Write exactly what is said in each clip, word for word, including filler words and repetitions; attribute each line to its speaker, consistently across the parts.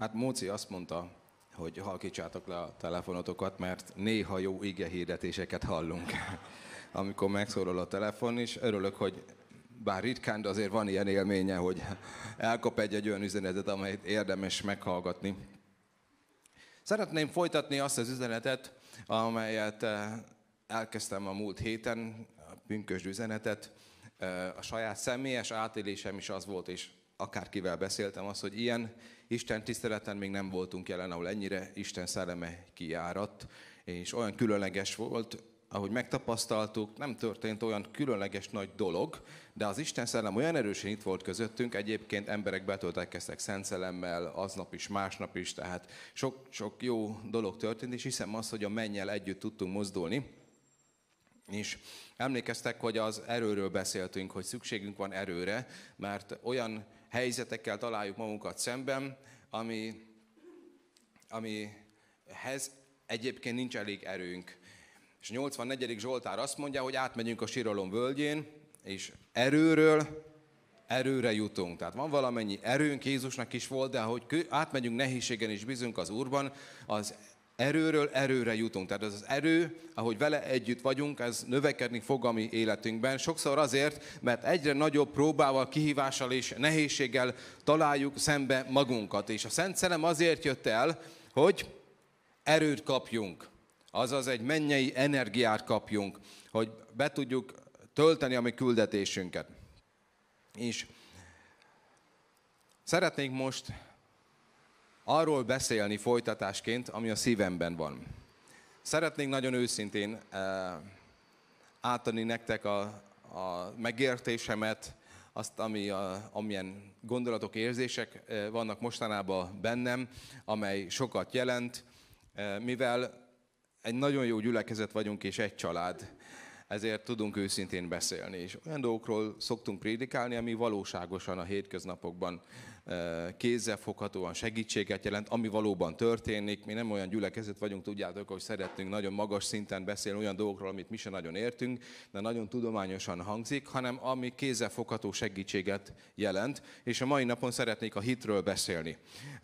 Speaker 1: Hát Móci azt mondta, hogy halkítsátok le a telefonotokat, mert néha jó igehirdetéseket hallunk, amikor megszólal a telefon, és örülök, hogy bár ritkán, de azért van ilyen élménye, hogy elkap egy-egy olyan üzenetet, amelyet érdemes meghallgatni. Szeretném folytatni azt az üzenetet, amelyet elkezdtem a múlt héten, a pünkösd üzenetet. A saját személyes átélésem is az volt, és akárkivel beszéltem, az, hogy ilyen Isten tiszteleten még nem voltunk jelen, ahol ennyire Isten szelleme kiáradt, és olyan különleges volt, ahogy megtapasztaltuk, nem történt olyan különleges nagy dolog, de az Isten szellem olyan erősen itt volt közöttünk, egyébként emberek betöltekeztek Szent Szellemmel, aznap is, másnap is, tehát sok, sok jó dolog történt, és hiszem azt, hogy a mennyel együtt tudtunk mozdulni. És emlékeztek, hogy az erőről beszéltünk, hogy szükségünk van erőre, mert olyan helyzetekkel találjuk magunkat szemben, ami, amihez egyébként nincs elég erőnk. És a nyolcvannegyedik Zsoltár azt mondja, hogy átmegyünk a síralom völgyén, és erőről erőre jutunk. Tehát van valamennyi erőnk, Jézusnak is volt, de ahogy átmegyünk nehézségen és bízunk az Úrban, az erőről erőre jutunk. Tehát az az erő, ahogy vele együtt vagyunk, ez növekedni fog a mi életünkben. Sokszor azért, mert egyre nagyobb próbával, kihívással és nehézséggel találjuk szembe magunkat. És a Szent Szellem azért jött el, hogy erőt kapjunk. Azaz egy mennyei energiát kapjunk, hogy be tudjuk tölteni a mi küldetésünket. És szeretnénk most arról beszélni folytatásként, ami a szívemben van. Szeretnénk nagyon őszintén eh, átadni nektek a, a megértésemet, azt, ami a, amilyen gondolatok, érzések eh, vannak mostanában bennem, amely sokat jelent, eh, mivel egy nagyon jó gyülekezet vagyunk és egy család, ezért tudunk őszintén beszélni. És olyan dolgokról szoktunk prédikálni, ami valóságosan a hétköznapokban kézzelfoghatóan segítséget jelent, ami valóban történik. Mi nem olyan gyülekezet vagyunk, tudjátok, hogy szeretnénk nagyon magas szinten beszélni olyan dolgokról, amit mi sem nagyon értünk, de nagyon tudományosan hangzik, hanem ami kézzelfogható segítséget jelent. És a mai napon szeretnék a hitről beszélni.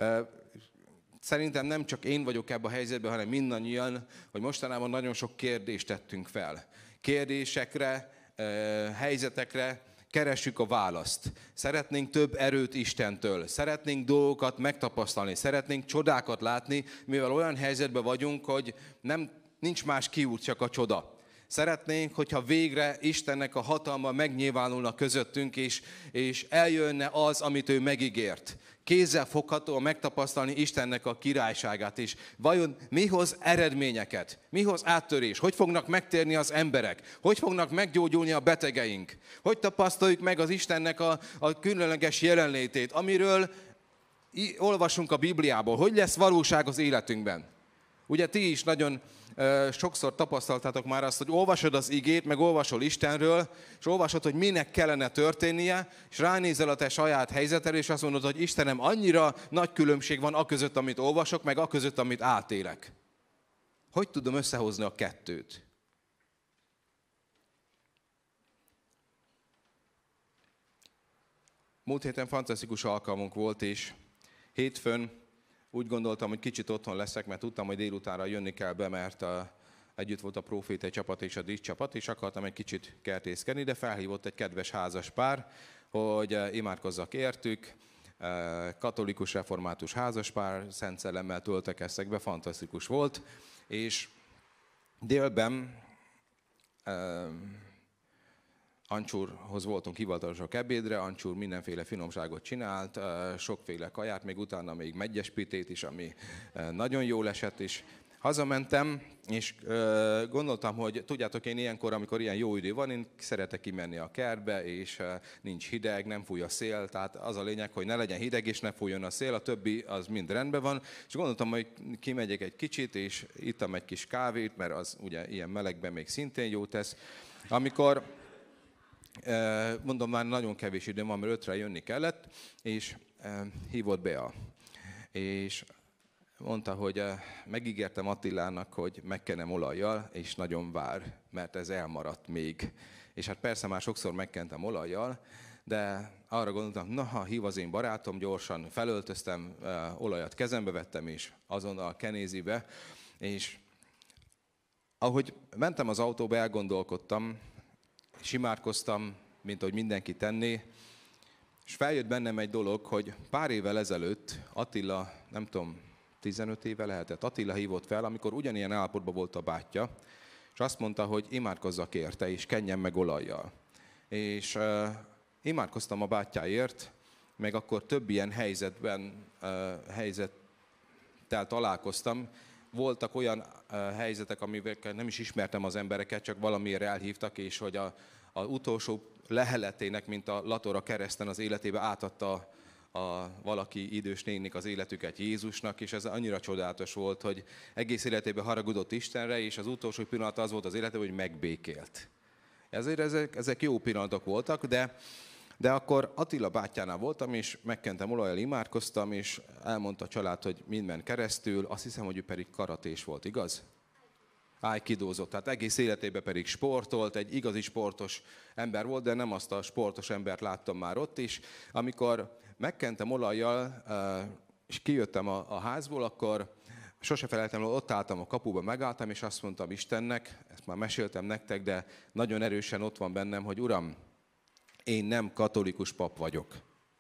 Speaker 1: Szerintem nem csak én vagyok ebben a helyzetben, hanem mindannyian, hogy mostanában nagyon sok kérdést tettünk fel. Kérdésekre, helyzetekre keressük a választ. Szeretnénk több erőt Istentől, szeretnénk dolgokat megtapasztalni, szeretnénk csodákat látni, mivel olyan helyzetben vagyunk, hogy nem, nincs más kiút, csak a csoda. Szeretnénk, hogyha végre Istennek a hatalma megnyilvánulna közöttünk, és, és eljönne az, amit ő megígért. Kézzel foghatóan megtapasztalni Istennek a királyságát is. Vajon mi hoz eredményeket? Mi hoz áttörés? Hogy fognak megtérni az emberek? Hogy fognak meggyógyulni a betegeink? Hogy tapasztaljuk meg az Istennek a, a különleges jelenlétét, amiről olvasunk a Bibliából? Hogy lesz valóság az életünkben? Ugye ti is nagyon uh, sokszor tapasztaltátok már azt, hogy olvasod az igét, meg olvasol Istenről, és olvasod, hogy minek kellene történnie, és ránézel a te saját helyzetre, és azt mondod, hogy Istenem, annyira nagy különbség van aközött, amit olvasok, meg aközött, amit átélek. Hogy tudom összehozni a kettőt? Múlt héten fantasztikus alkalmunk volt, és hétfőn úgy gondoltam, hogy kicsit otthon leszek, mert tudtam, hogy délutánra jönni kell be, mert a, együtt volt a profétai csapat és a dísz csapat, és akartam egy kicsit kertészkedni, de felhívott egy kedves házas pár, hogy imádkozzak értük. Katolikus református házaspár, Szent Szellemmel töltekeztek be, fantasztikus volt. És délben Ancsúrhoz voltunk hivatalosak ebédre, Ancsúr mindenféle finomságot csinált, sokféle kaját, még utána még meggyespítét is, ami nagyon jól esett, és hazamentem, és gondoltam, hogy tudjátok, én ilyenkor, amikor ilyen jó idő van, én szeretek kimenni a kertbe, és nincs hideg, nem fúj a szél, tehát az a lényeg, hogy ne legyen hideg, és ne fújjon a szél, a többi az mind rendben van, és gondoltam, hogy kimegyek egy kicsit, és ittam egy kis kávét, mert az ugye ilyen melegben még szintén jó tesz. Amikor mondom, már nagyon kevés időm van, mert ötre jönni kellett, és hívott Bea. És mondta, hogy megígértem Attilának, hogy megkenem olajjal, és nagyon vár, mert ez elmaradt még. És hát persze már sokszor megkentem olajjal, de arra gondoltam, na ha hív az én barátom, gyorsan felöltöztem, olajat kezembe vettem, és azonnal kenézibe, és ahogy mentem az autóba, elgondolkodtam, és imádkoztam, mint ahogy mindenki tenné, és feljött bennem egy dolog, hogy pár évvel ezelőtt Attila, nem tudom, tizenöt éve lehetett, Attila hívott fel, amikor ugyanilyen állapotban volt a bátyja, és azt mondta, hogy imádkozzak érte, és kenjen meg olajjal. És uh, imádkoztam a bátyjáért, meg akkor több ilyen helyzetben, uh, helyzettel találkoztam. Voltak olyan uh, helyzetek, amivel nem is ismertem az embereket, csak valamiért elhívtak, és hogy a, az utolsó leheletének, mint a latora kereszten az életébe átadta a valaki idős nénik az életüket Jézusnak, és ez annyira csodálatos volt, hogy egész életében haragudott Istenre, és az utolsó pillanat az volt az életében, hogy megbékélt. Ezért ezek, ezek jó pillanatok voltak, de, de akkor Attila bátyjánál voltam, és megkentem olajjal, imádkoztam, és elmondta a család, hogy mind ment keresztül, azt hiszem, hogy ő pedig karatés volt, igaz? Ájkidózott, tehát egész életében pedig sportolt, egy igazi sportos ember volt, de nem azt a sportos embert láttam már ott is. Amikor megkentem olajjal, és kijöttem a, a házból, akkor sose felejtem, hogy ott álltam a kapuba, megálltam, és azt mondtam Istennek, ezt már meséltem nektek, de nagyon erősen ott van bennem, hogy Uram, én nem katolikus pap vagyok.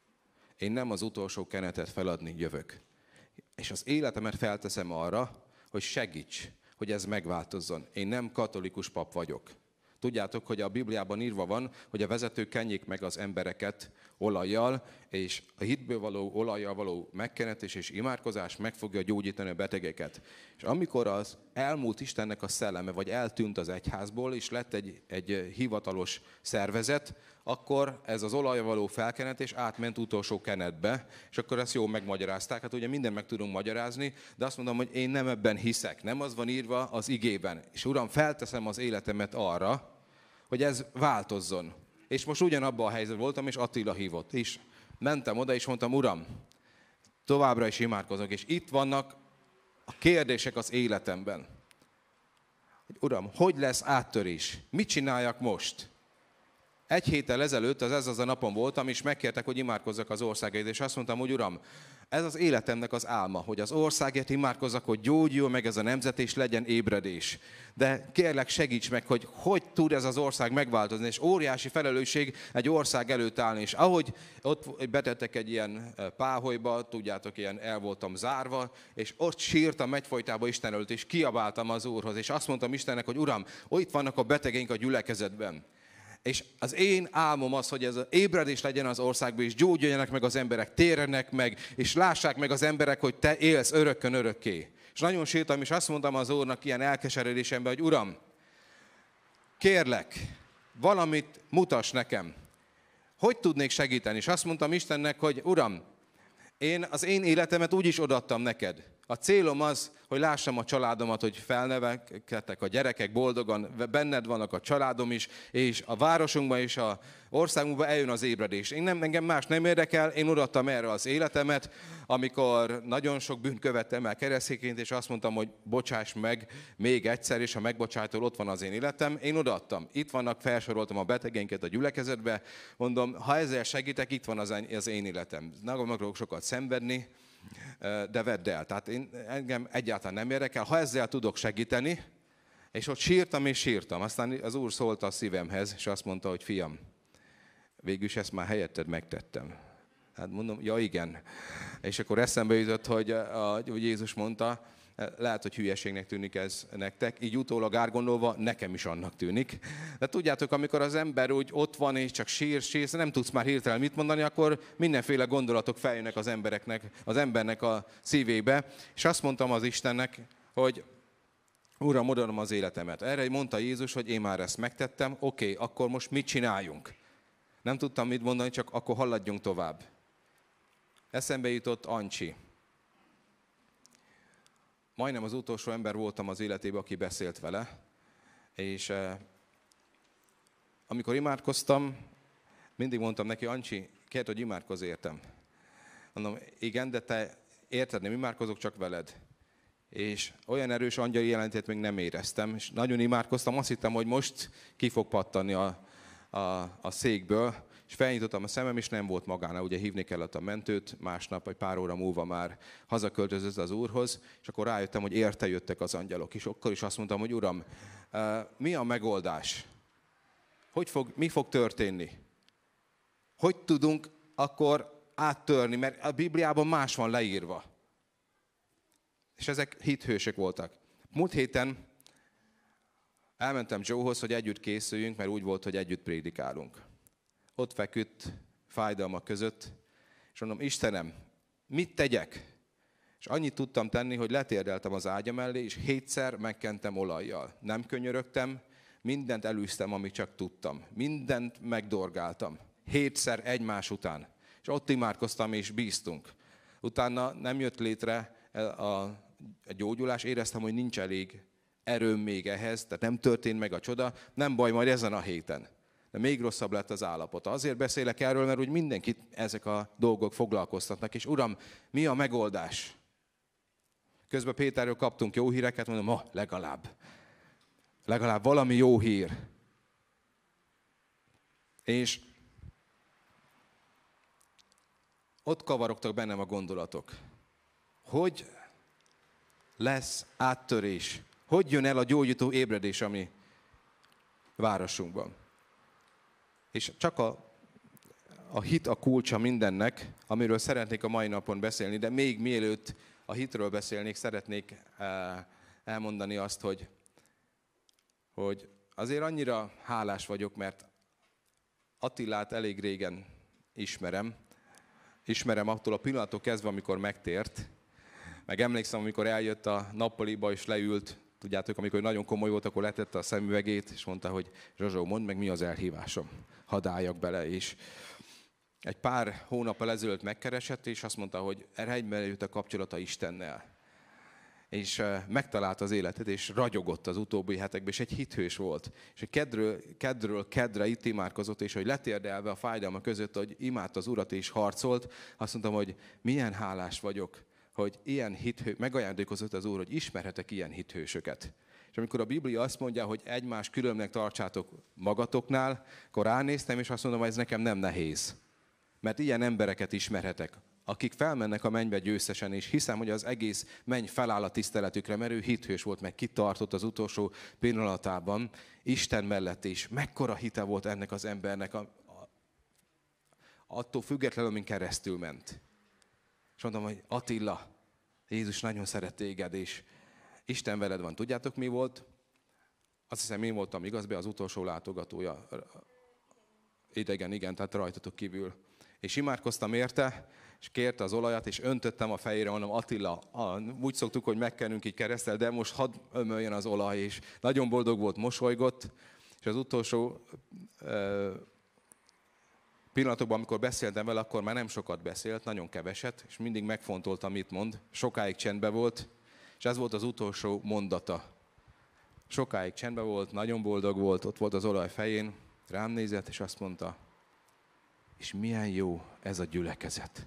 Speaker 1: Én nem az utolsó kenetet feladni jövök. És az életemet felteszem arra, hogy segíts, hogy ez megváltozzon. Én nem katolikus pap vagyok. Tudjátok, hogy a Bibliában írva van, hogy a vezetők kenjék meg az embereket olajjal, és a hitből való olajjal való megkenetés és imádkozás meg fogja gyógyítani a betegeket. És amikor az elmúlt Istennek a szelleme, vagy eltűnt az egyházból, és lett egy, egy hivatalos szervezet, akkor ez az olajjal való felkenetés átment utolsó kenetbe, és akkor ezt jól megmagyarázták. Hát ugye mindent meg tudunk magyarázni, de azt mondom, hogy én nem ebben hiszek. Nem az van írva az igében. És Uram, felteszem az életemet arra, hogy ez változzon. És most ugyanabban a helyzetben voltam, és Attila hívott. És mentem oda, és mondtam, Uram, továbbra is imádkozok. És itt vannak a kérdések az életemben. Hogy, Uram, hogy lesz áttörés? Mit csináljak most? Egy héttel ezelőtt, az ez az a napon voltam, és megkértek, hogy imádkozzak az országért, és azt mondtam, hogy Uram, ez az életemnek az álma, hogy az országért imádkozzak, hogy gyógyuljon meg ez a nemzet, és legyen ébredés. De kérlek, segíts meg, hogy hogy tud ez az ország megváltozni, és óriási felelősség egy ország előtt állni. És ahogy ott betettek egy ilyen páholyba, tudjátok, ilyen el voltam zárva, és ott sírtam egyfolytában Isten előtt, és kiabáltam az Úrhoz, és azt mondtam Istennek, hogy Uram, itt vannak a betegeink a gyülekezetben. És az én álmom az, hogy ez az ébredés legyen az országban, és gyógyuljanak meg az emberek, térjenek meg, és lássák meg az emberek, hogy te élsz örökkön örökké. És nagyon sírtam, és azt mondtam az Úrnak ilyen elkeseredésemben, hogy Uram, kérlek, valamit mutass nekem. Hogy tudnék segíteni? És azt mondtam Istennek, hogy Uram, én az én életemet úgy is odaadtam neked. A célom az, hogy lássam a családomat, hogy felnevelkedtek a gyerekek boldogan, benned vannak a családom is, és a városunkban és a országunkban eljön az ébredés. Én nem, engem más nem érdekel, én odaadtam erre az életemet, amikor nagyon sok bűnt követtem el keresztényként, és azt mondtam, hogy bocsáss meg még egyszer, és a megbocsájtól ott van az én életem. Én odaadtam. Itt vannak, felsoroltam a betegeinket a gyülekezetbe, mondom, ha ezzel segítek, itt van az én életem. Nem akarok sokat szenvedni, de vedd el. Tehát én, engem egyáltalán nem érdekel. Ha ezzel tudok segíteni, és ott sírtam és sírtam. Aztán az Úr szólt a szívemhez, és azt mondta, hogy fiam, végülis ezt már helyetted megtettem. Hát mondom, ja igen. És akkor eszembe jutott, hogy, hogy Jézus mondta, lehet, hogy hülyeségnek tűnik ez nektek, így utólag átgondolva nekem is annak tűnik. De tudjátok, amikor az ember úgy ott van és csak sír, sír, nem tudsz már hirtelen mit mondani, akkor mindenféle gondolatok feljönnek az embereknek, az embernek a szívébe. És azt mondtam az Istennek, hogy Uram, odaadom az életemet. Erre mondta Jézus, hogy én már ezt megtettem, oké, okay, akkor most mit csináljunk? Nem tudtam mit mondani, csak akkor haladjunk tovább. Eszembe jutott Ancsi. Majdnem az utolsó ember voltam az életében, aki beszélt vele, és eh, amikor imádkoztam, mindig mondtam neki, Ancsi, kért, hogy imádkozz értem. Mondom, igen, de te érted, nem imádkozok, csak veled. És olyan erős angyali jelentét még nem éreztem, és nagyon imádkoztam, azt hittem, hogy most ki fog pattanni a, a, a székből, és felnyitottam a szemem, és nem volt magánál, ugye hívni kellett a mentőt, másnap, vagy pár óra múlva már hazaköltözött az Úrhoz, és akkor rájöttem, hogy érte jöttek az angyalok, és akkor is azt mondtam, hogy Uram, mi a megoldás? Hogy fog, mi fog történni? Hogy tudunk akkor áttörni, mert a Bibliában más van leírva. És ezek hithősök voltak. Múlt héten elmentem Joehoz, hogy együtt készüljünk, mert úgy volt, hogy együtt prédikálunk. Ott feküdt fájdalmak között, és mondom, Istenem, mit tegyek? És annyit tudtam tenni, hogy letérdeltem az ágya mellé, és hétszer megkentem olajjal. Nem könyörögtem, mindent elűztem, amit csak tudtam. Mindent megdorgáltam. Hétszer egymás után. És ott imádkoztam, és bíztunk. Utána nem jött létre a gyógyulás, éreztem, hogy nincs elég erőm még ehhez, tehát nem történt meg a csoda, nem baj, majd ezen a héten. De még rosszabb lett az állapota. Azért beszélek erről, mert úgy mindenkit ezek a dolgok foglalkoztatnak. És Uram, mi a megoldás? Közben Péterről kaptunk jó híreket, mondom, ma legalább. Legalább valami jó hír. És ott kavarogtak bennem a gondolatok. Hogy lesz áttörés? Hogy jön el a gyógyító ébredés a mi városunkban? És csak a, a hit a kulcsa mindennek, amiről szeretnék a mai napon beszélni, de még mielőtt a hitről beszélnék, szeretnék elmondani azt, hogy, hogy azért annyira hálás vagyok, mert Attilát elég régen ismerem. Ismerem attól a pillanattól kezdve, amikor megtért. Meg emlékszem, amikor eljött a nappaliba és leült, tudjátok, amikor nagyon komoly volt, akkor letette a szemüvegét, és mondta, hogy Zsozsó, mondd meg, mi az elhívásom. Hadd álljak bele. És egy pár hónappal ezelőtt megkeresett, és azt mondta, hogy erre egyben jött a kapcsolata Istennel. És megtalálta az életet, és ragyogott az utóbbi hetekben, és egy hithős volt. És kedről, kedről kedre itt imádkozott, és hogy letérdelve a fájdalma között, hogy imádta az Urat és harcolt, azt mondtam, hogy milyen hálás vagyok, hogy ilyen hithő, megajándékozott az Úr, hogy ismerhetek ilyen hithősöket. És amikor a Biblia azt mondja, hogy egymás különbnek tartsátok magatoknál, akkor ránéztem, és azt mondom, hogy ez nekem nem nehéz. Mert ilyen embereket ismerhetek, akik felmennek a mennybe győztesen, és hiszem, hogy az egész menny feláll a tiszteletükre, mert ő hithős volt, meg kitartott az utolsó pillanatában, Isten mellett is. Mekkora hite volt ennek az embernek, a, a, attól függetlenül, amin keresztül ment. És mondom, hogy Attila, Jézus nagyon szeret téged, és Isten veled van. Tudjátok, mi volt? Azt hiszem, én voltam igaz, be az utolsó látogatója. Idegen, igen, tehát rajtatok kívül. És imádkoztam érte, és kérte az olajat, és öntöttem a fejére, mondom, Attila, úgy szoktuk, hogy megkenünk így keresztel, de most hadd ömöljön az olaj, és nagyon boldog volt, mosolygott, és az utolsó uh, pillanatokban, amikor beszéltem vele, akkor már nem sokat beszélt, nagyon keveset, és mindig megfontoltam, mit mond, sokáig csendben volt, és ez volt az utolsó mondata. Sokáig csendben volt, nagyon boldog volt, ott volt az olaj fején, rám nézett, és azt mondta, és milyen jó ez a gyülekezet.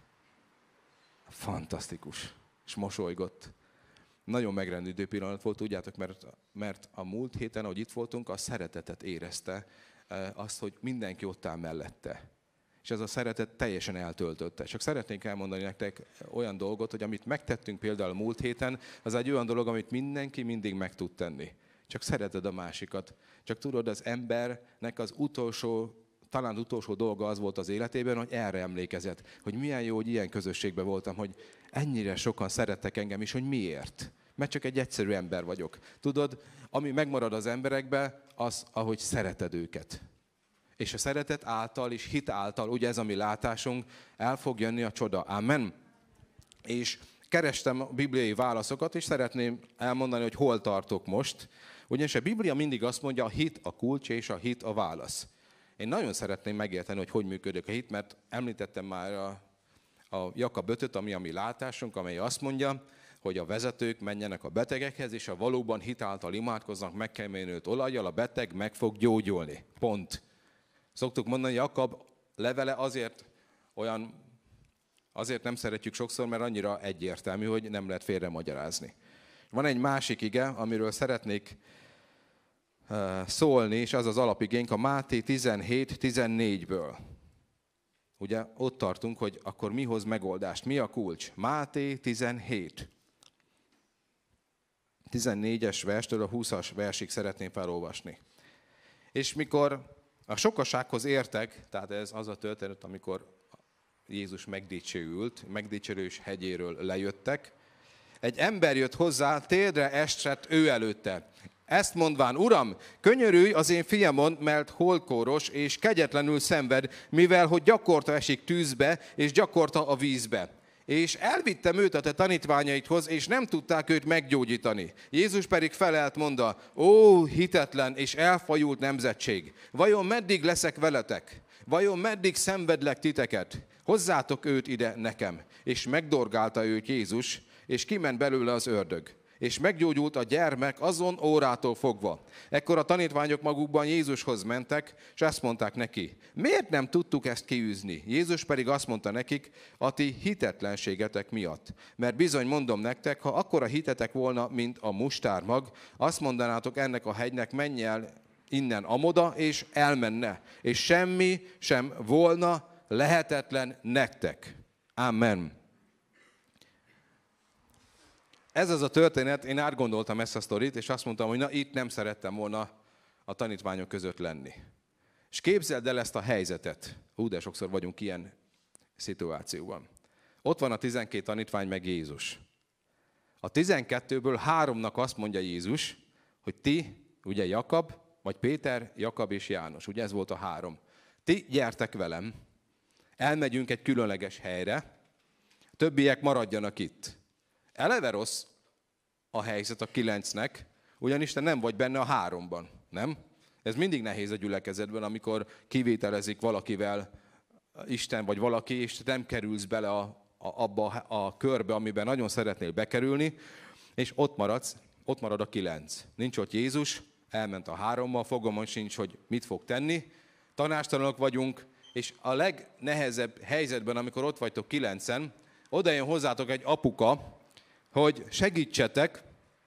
Speaker 1: Fantasztikus. És mosolygott. Nagyon megrendítő pillanat volt, tudjátok, mert, mert a múlt héten, ahogy itt voltunk, a szeretetet érezte, azt, hogy mindenki ott áll mellette. És ez a szeretet teljesen eltöltötte. Csak szeretnék elmondani nektek olyan dolgot, hogy amit megtettünk például a múlt héten, az egy olyan dolog, amit mindenki mindig meg tud tenni. Csak szereted a másikat. Csak tudod, az embernek az utolsó, talán az utolsó dolga az volt az életében, hogy erre emlékezett. Hogy milyen jó, hogy ilyen közösségben voltam, hogy ennyire sokan szerettek engem is, hogy miért? Mert csak egy egyszerű ember vagyok. Tudod, ami megmarad az emberekbe, az, ahogy szereted őket. És a szeretet által és hit által, ugye ez a mi látásunk, el fog jönni a csoda. Amen. És kerestem a bibliai válaszokat, és szeretném elmondani, hogy hol tartok most. Ugyanis a Biblia mindig azt mondja, a hit a kulcs, és a hit a válasz. Én nagyon szeretném megérteni, hogy hogy működik a hit, mert említettem már a, a Jakab ötöt, ami a mi látásunk, amely azt mondja, hogy a vezetők menjenek a betegekhez, és ha valóban hit által imádkoznak megkeményült olajjal, a beteg meg fog gyógyulni. Pont. Szoktuk mondani, Jakab levele azért olyan, azért nem szeretjük sokszor, mert annyira egyértelmű, hogy nem lehet félre magyarázni. Van egy másik ige, amiről szeretnék uh, szólni, és az az alapigénk a Máté tizenhét tizennégyből. Ugye ott tartunk, hogy akkor mi hoz megoldást? Mi a kulcs? Máté tizenhét. tizennégyes verstől a húszas versig szeretném felolvasni. És mikor a sokasághoz értek, tehát ez az a történet, amikor Jézus megdicsőült, megdicsőlés hegyéről lejöttek, egy ember jött hozzá, térdre esett ő előtte. Ezt mondván, Uram, könyörülj az én fiamon, mert holkóros és kegyetlenül szenved, mivel hogy gyakorta esik tűzbe, és gyakorta a vízbe. És elvittem őt a te tanítványaidhoz, és nem tudták őt meggyógyítani. Jézus pedig felelt mondta, ó, hitetlen és elfajult nemzetség, vajon meddig leszek veletek? Vajon meddig szenvedlek titeket? Hozzátok őt ide nekem. És megdorgálta őt Jézus, és kiment belőle az ördög. És meggyógyult a gyermek azon órától fogva. Ekkor a tanítványok magukban Jézushoz mentek, és ezt mondták neki, miért nem tudtuk ezt kiűzni? Jézus pedig azt mondta nekik, a ti hitetlenségetek miatt. Mert bizony mondom nektek, ha akkora hitetek volna, mint a mustármag, azt mondanátok ennek a hegynek, menj el innen amoda, és elmenne. És semmi sem volna lehetetlen nektek. Amen. Ez az a történet, én átgondoltam ezt a sztorit, és azt mondtam, hogy na itt nem szerettem volna a tanítványok között lenni. És képzeld el ezt a helyzetet. Hú, de sokszor vagyunk ilyen szituációban. Ott van a tizenkét tanítvány meg Jézus. A tizenkettőből háromnak azt mondja Jézus, hogy ti, ugye Jakab, vagy Péter, Jakab és János, ugye ez volt a három. Ti gyertek velem, elmegyünk egy különleges helyre, többiek maradjanak itt. Eleve rossz a helyzet a kilencnek, ugyanis te nem vagy benne a háromban, nem? Ez mindig nehéz a gyülekezetben, amikor kivételezik valakivel Isten vagy valaki, és te nem kerülsz bele a, a, abba a körbe, amiben nagyon szeretnél bekerülni, és ott maradsz, ott marad a kilenc. Nincs ott Jézus, elment a hárommal, fogalmam sincs, hogy mit fog tenni. Tanástalanok vagyunk, és a legnehezebb helyzetben, amikor ott vagytok kilencen, oda jön hozzátok egy apuka, hogy segítsetek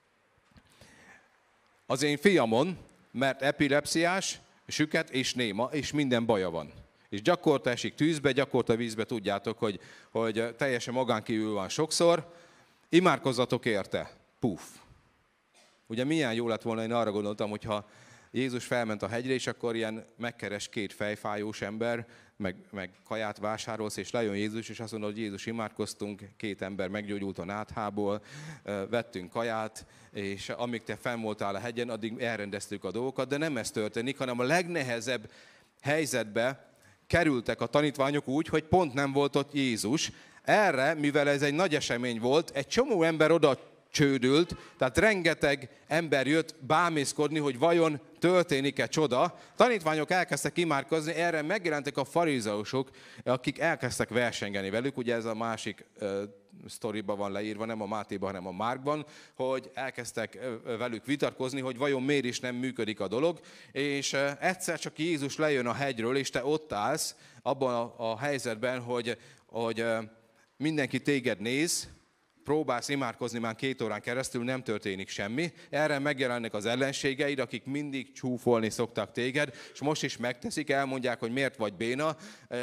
Speaker 1: az én fiamon, mert epilepsziás, süket és néma, és minden baja van. És gyakorta esik tűzbe, gyakorta vízbe, tudjátok, hogy, hogy teljesen magánkívül van sokszor. Imádkozzatok érte. Puff. Ugye milyen jó lett volna, én arra gondoltam, hogyha Jézus felment a hegyre, és akkor ilyen megkeres két fejfájós ember, meg, meg kaját vásárolsz, és lejön Jézus, és azt mondod, hogy Jézus, imádkoztunk, két ember meggyógyult a náthából, vettünk kaját, és amíg te fenn voltál a hegyen, addig elrendeztük a dolgokat, de nem ez történik, hanem a legnehezebb helyzetbe kerültek a tanítványok úgy, hogy pont nem volt ott Jézus. Erre, mivel ez egy nagy esemény volt, egy csomó ember oda csődült, tehát rengeteg ember jött bámészkodni, hogy vajon történik-e csoda. Tanítványok elkezdtek imádkozni, erre megjelentek a farizeusok, akik elkezdtek versengeni velük, ugye ez a másik uh, sztoriban van leírva, nem a Mátéban, hanem a Márkban, hogy elkezdtek uh, velük vitatkozni, hogy vajon miért is nem működik a dolog, és uh, egyszer csak Jézus lejön a hegyről, és te ott állsz abban a, a helyzetben, hogy, hogy uh, mindenki téged néz, próbálsz imádkozni már két órán keresztül, nem történik semmi. Erre megjelennek az ellenségeid, akik mindig csúfolni szoktak téged, és most is megteszik, elmondják, hogy miért vagy béna,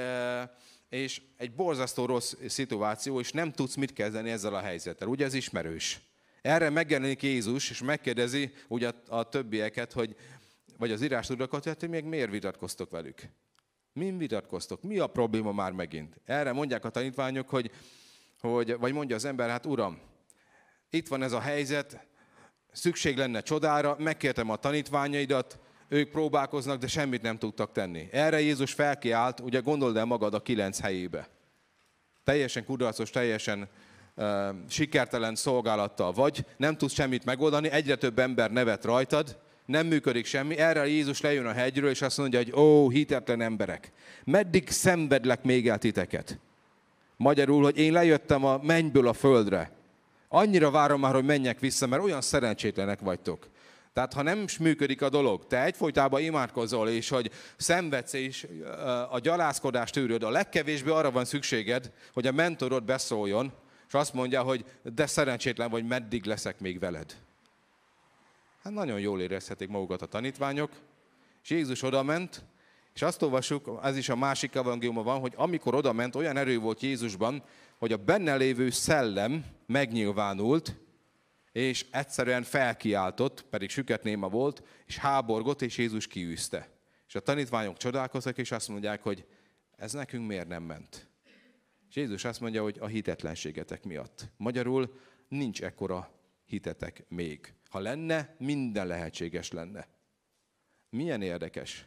Speaker 1: és egy borzasztó rossz szituáció, és nem tudsz mit kezdeni ezzel a helyzettel. Ugye ez ismerős. Erre megjelenik Jézus, és megkérdezi ugye a, a többieket, hogy, vagy az írástudókat, hogy még miért vitatkoztok velük? Min vitatkoztok? Mi a probléma már megint? Erre mondják a tanítványok, hogy Hogy, vagy mondja az ember, hát Uram, itt van ez a helyzet, szükség lenne csodára, megkértem a tanítványaidat, ők próbálkoznak, de semmit nem tudtak tenni. Erre Jézus felkiált, ugye gondold el magad a kilenc helyébe. Teljesen kudarcos, teljesen uh, sikertelen szolgálattal vagy, nem tudsz semmit megoldani, egyre több ember nevet rajtad, nem működik semmi. Erre Jézus lejön a hegyről, és azt mondja, hogy ó, hitetlen emberek, meddig szenvedlek még el titeket? Magyarul, hogy én lejöttem a mennyből a földre. Annyira várom már, hogy menjek vissza, mert olyan szerencsétlenek vagytok. Tehát ha nem is működik a dolog, te egyfolytában imádkozol, és hogy szenvedsz, és a gyalázkodást tűröd, a legkevésbé arra van szükséged, hogy a mentorod beszóljon, és azt mondja, hogy de szerencsétlen vagy, meddig leszek még veled. Hát nagyon jól érezhetik magukat a tanítványok, és Jézus odament, És azt olvassuk, ez is a másik evangéliumban van, hogy amikor oda ment, olyan erő volt Jézusban, hogy a benne lévő szellem megnyilvánult, és egyszerűen felkiáltott, pedig süket néma volt, és háborgott, és Jézus kiűzte. És a tanítványok csodálkoztak, és azt mondják, hogy ez nekünk miért nem ment? És Jézus azt mondja, hogy a hitetlenségetek miatt. Magyarul nincs ekkora hitetek még. Ha lenne, minden lehetséges lenne. Milyen érdekes.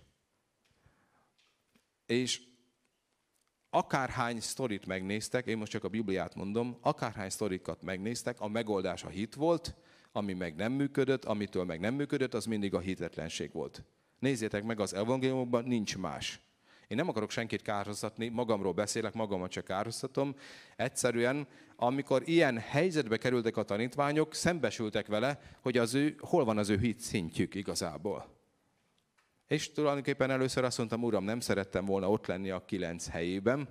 Speaker 1: És akárhány sztorit megnéztek, én most csak a Bibliát mondom, akárhány sztorikat megnéztek, a megoldás a hit volt, ami meg nem működött, amitől meg nem működött, az mindig a hitetlenség volt. Nézzétek meg, az evangéliumokban nincs más. Én nem akarok senkit kárhoztatni, magamról beszélek, magamat csak kárhoztatom. Egyszerűen, amikor ilyen helyzetbe kerültek a tanítványok, szembesültek vele, hogy az ő, hol van az ő hit szintjük igazából. És tulajdonképpen először azt mondtam, Uram, nem szerettem volna ott lenni a kilenc helyében,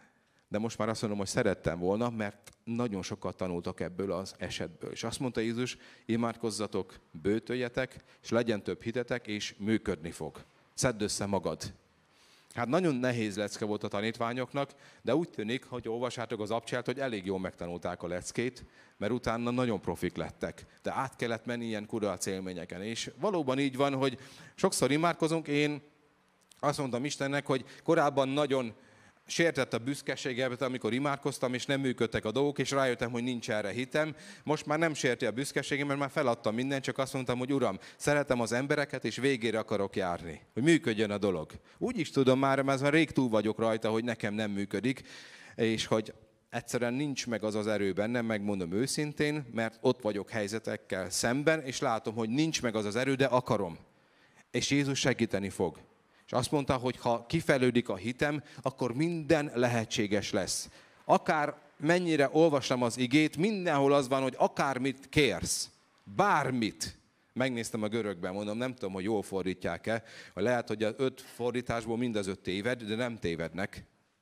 Speaker 1: de most már azt mondom, hogy szerettem volna, mert nagyon sokat tanultak ebből az esetből. És azt mondta Jézus, imádkozzatok, bőtöljetek, és legyen több hitetek, és működni fog. Szedd össze magad. Hát nagyon nehéz lecke volt a tanítványoknak, de úgy tűnik, hogy olvassátok az abcsárt, hogy elég jól megtanulták a leckét, mert utána nagyon profik lettek. De át kellett menni ilyen kudarc élményeken. És valóban így van, hogy sokszor imádkozunk, én azt mondtam Istennek, hogy korábban nagyon sértett a büszkeségemet, amikor imádkoztam, és nem működtek a dolgok, és rájöttem, hogy nincs erre hitem. Most már nem sérti a büszkeségem, mert már feladtam mindent, csak azt mondtam, hogy Uram, szeretem az embereket, és végére akarok járni, hogy működjön a dolog. Úgy is tudom már, mert már rég túl vagyok rajta, hogy nekem nem működik, és hogy egyszerűen nincs meg az az erő bennem, megmondom őszintén, mert ott vagyok helyzetekkel szemben, és látom, hogy nincs meg az az erő, de akarom. És Jézus segíteni fog. És azt mondta, hogy ha kifejlődik a hitem, akkor minden lehetséges lesz. Akár mennyire olvastam az igét, mindenhol az van, hogy akármit kérsz, bármit. Megnéztem a görögben, mondom, nem tudom, hogy jól fordítják-e, vagy lehet, hogy az öt fordításból mind az öt téved, de nem tévednek.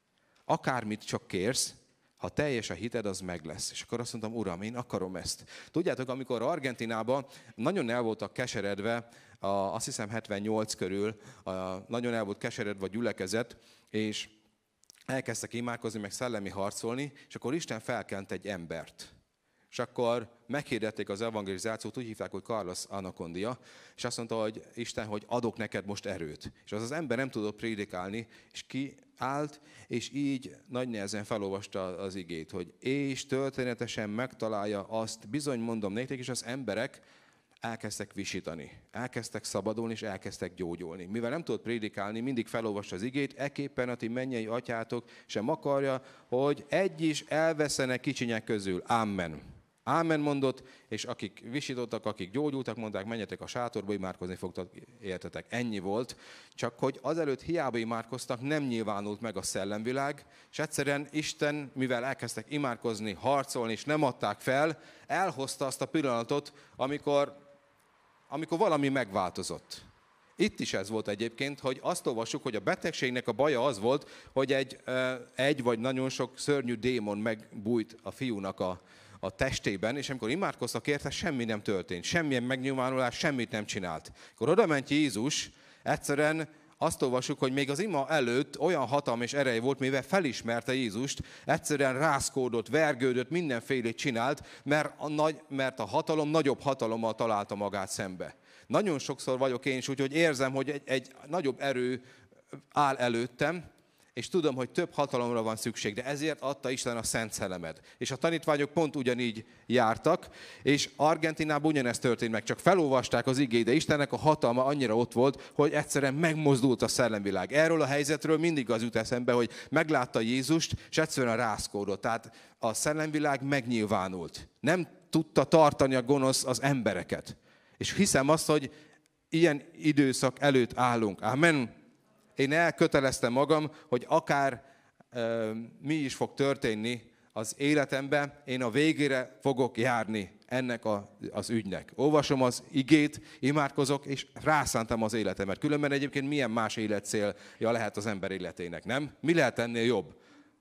Speaker 1: Akármit csak kérsz, ha teljes a hited, az meg lesz. És akkor azt mondtam, Uram, én akarom ezt. Tudjátok, amikor Argentinában nagyon el voltak keseredve, a, azt hiszem hetvennyolc körül, a, nagyon el volt keseredve a gyülekezet, és elkezdtek imádkozni, meg szellemi harcolni, és akkor Isten felkent egy embert. És akkor meghirdették az evangelizációt, úgy hívták, hogy Carlos Anacondia, és azt mondta, hogy Isten, hogy adok neked most erőt. És az az ember nem tudott prédikálni, és kiállt, és így nagy nehezen felolvasta az igét, hogy és történetesen megtalálja azt, bizony mondom nektek, és az emberek elkezdtek visítani, elkezdtek szabadulni, és elkezdtek gyógyulni. Mivel nem tudott prédikálni, mindig felolvasta az igét, ekképpen a ti mennyei atyátok sem akarja, hogy egy is elveszene kicsinyek közül. Amen. Ámen mondott, és akik visítottak, akik gyógyultak, mondták, menjetek a sátorba, imádkozni fogtok, értetek. Ennyi volt. Csak hogy azelőtt hiába imádkoztak, nem nyilvánult meg a szellemvilág, és egyszerűen Isten, mivel elkezdtek imádkozni, harcolni, és nem adták fel, elhozta azt a pillanatot, amikor, amikor valami megváltozott. Itt is ez volt egyébként, hogy azt olvassuk, hogy a betegségnek a baja az volt, hogy egy, egy vagy nagyon sok szörnyű démon megbújt a fiúnak a a testében, és amikor imádkoztak érte, semmi nem történt, semmilyen megnyilvánulás, semmit nem csinált. Akkor oda ment Jézus, egyszerűen azt olvassuk, hogy még az ima előtt olyan hatalom és ereje volt, mivel felismerte Jézust, egyszerűen rászkódott, vergődött, mindenfélét csinált, mert a, nagy, mert a hatalom nagyobb hatalommal találta magát szembe. Nagyon sokszor vagyok én is úgy, hogy érzem, hogy egy, egy nagyobb erő áll előttem, és tudom, hogy több hatalomra van szükség, de ezért adta Isten a Szent Szellemet. És a tanítványok pont ugyanígy jártak, és Argentinában ugyanezt történt meg, csak felolvasták az igét, de Istennek a hatalma annyira ott volt, hogy egyszerűen megmozdult a szellemvilág. Erről a helyzetről mindig az jut eszembe, hogy meglátta Jézust, és egyszerűen rászkódott. Tehát a szellemvilág megnyilvánult. Nem tudta tartani a gonosz az embereket. És hiszem azt, hogy ilyen időszak előtt állunk. Amen. Én elköteleztem magam, hogy akár e, mi is fog történni az életemben, én a végére fogok járni ennek a, az ügynek. Olvasom az igét, imádkozok, és rászántam az életemet. Különben egyébként milyen más életcélja lehet az ember életének, nem? Mi lehet ennél jobb?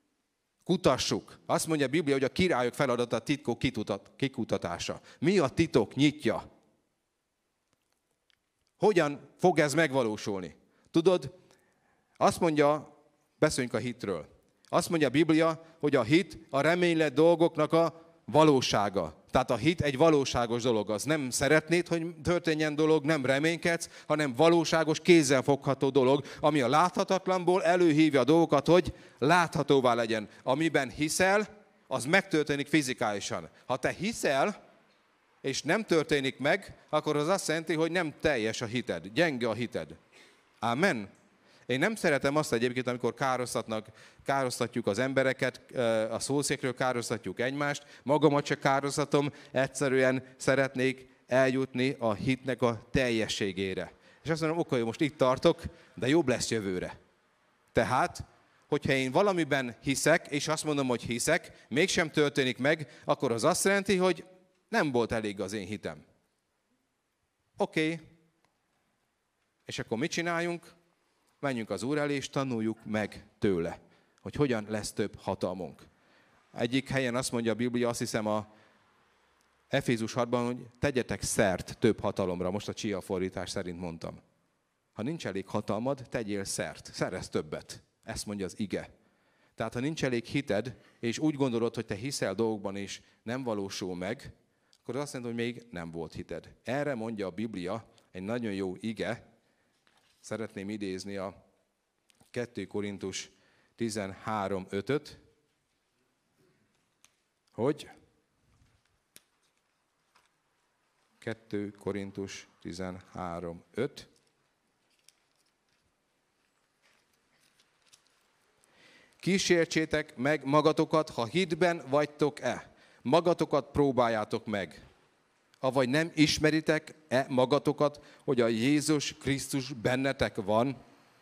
Speaker 1: Kutassuk. Azt mondja a Biblia, hogy a királyok feladata a titkok kikutatása. Mi a titok nyitja? Hogyan fog ez megvalósulni? Tudod, Azt mondja, beszéljünk a hitről. Azt mondja a Biblia, hogy a hit a reménylett dolgoknak a valósága. Tehát a hit egy valóságos dolog. Az nem szeretnéd, hogy történjen dolog, nem reménykedsz, hanem valóságos, kézzelfogható dolog, ami a láthatatlanból előhívja a dolgokat, hogy láthatóvá legyen. Amiben hiszel, az megtörténik fizikálisan. Ha te hiszel, és nem történik meg, akkor az azt jelenti, hogy nem teljes a hited, gyenge a hited. Amen. Én nem szeretem azt egyébként, amikor károsztatnak, károsztatjuk az embereket, a szószékről károsztatjuk egymást, magamat se károsztatom, egyszerűen szeretnék eljutni a hitnek a teljességére. És azt mondom, oké, most itt tartok, de jobb lesz jövőre. Tehát, hogyha én valamiben hiszek, és azt mondom, hogy hiszek, mégsem történik meg, akkor az azt jelenti, hogy nem volt elég az én hitem. Oké. Okay. És akkor mit csináljunk? Menjünk az Úr elé, és tanuljuk meg tőle, hogy hogyan lesz több hatalmunk. Egyik helyen azt mondja a Biblia, azt hiszem a Efézus hatban, hogy tegyetek szert több hatalomra. Most a Csia fordítás szerint mondtam. Ha nincs elég hatalmad, tegyél szert, szerezz többet. Ezt mondja az ige. Tehát ha nincs elég hited, és úgy gondolod, hogy te hiszel dolgokban, és nem valósul meg, akkor azt mondod, hogy még nem volt hited. Erre mondja a Biblia egy nagyon jó ige. Szeretném idézni a kettő Korintus tizenhárom ötöt, hogy kettő Korintus tizenhárom öt. Kísértsétek meg magatokat, ha hitben vagytok-e. Magatokat próbáljátok meg. Avagy nem ismeritek-e magatokat, hogy a Jézus Krisztus bennetek van?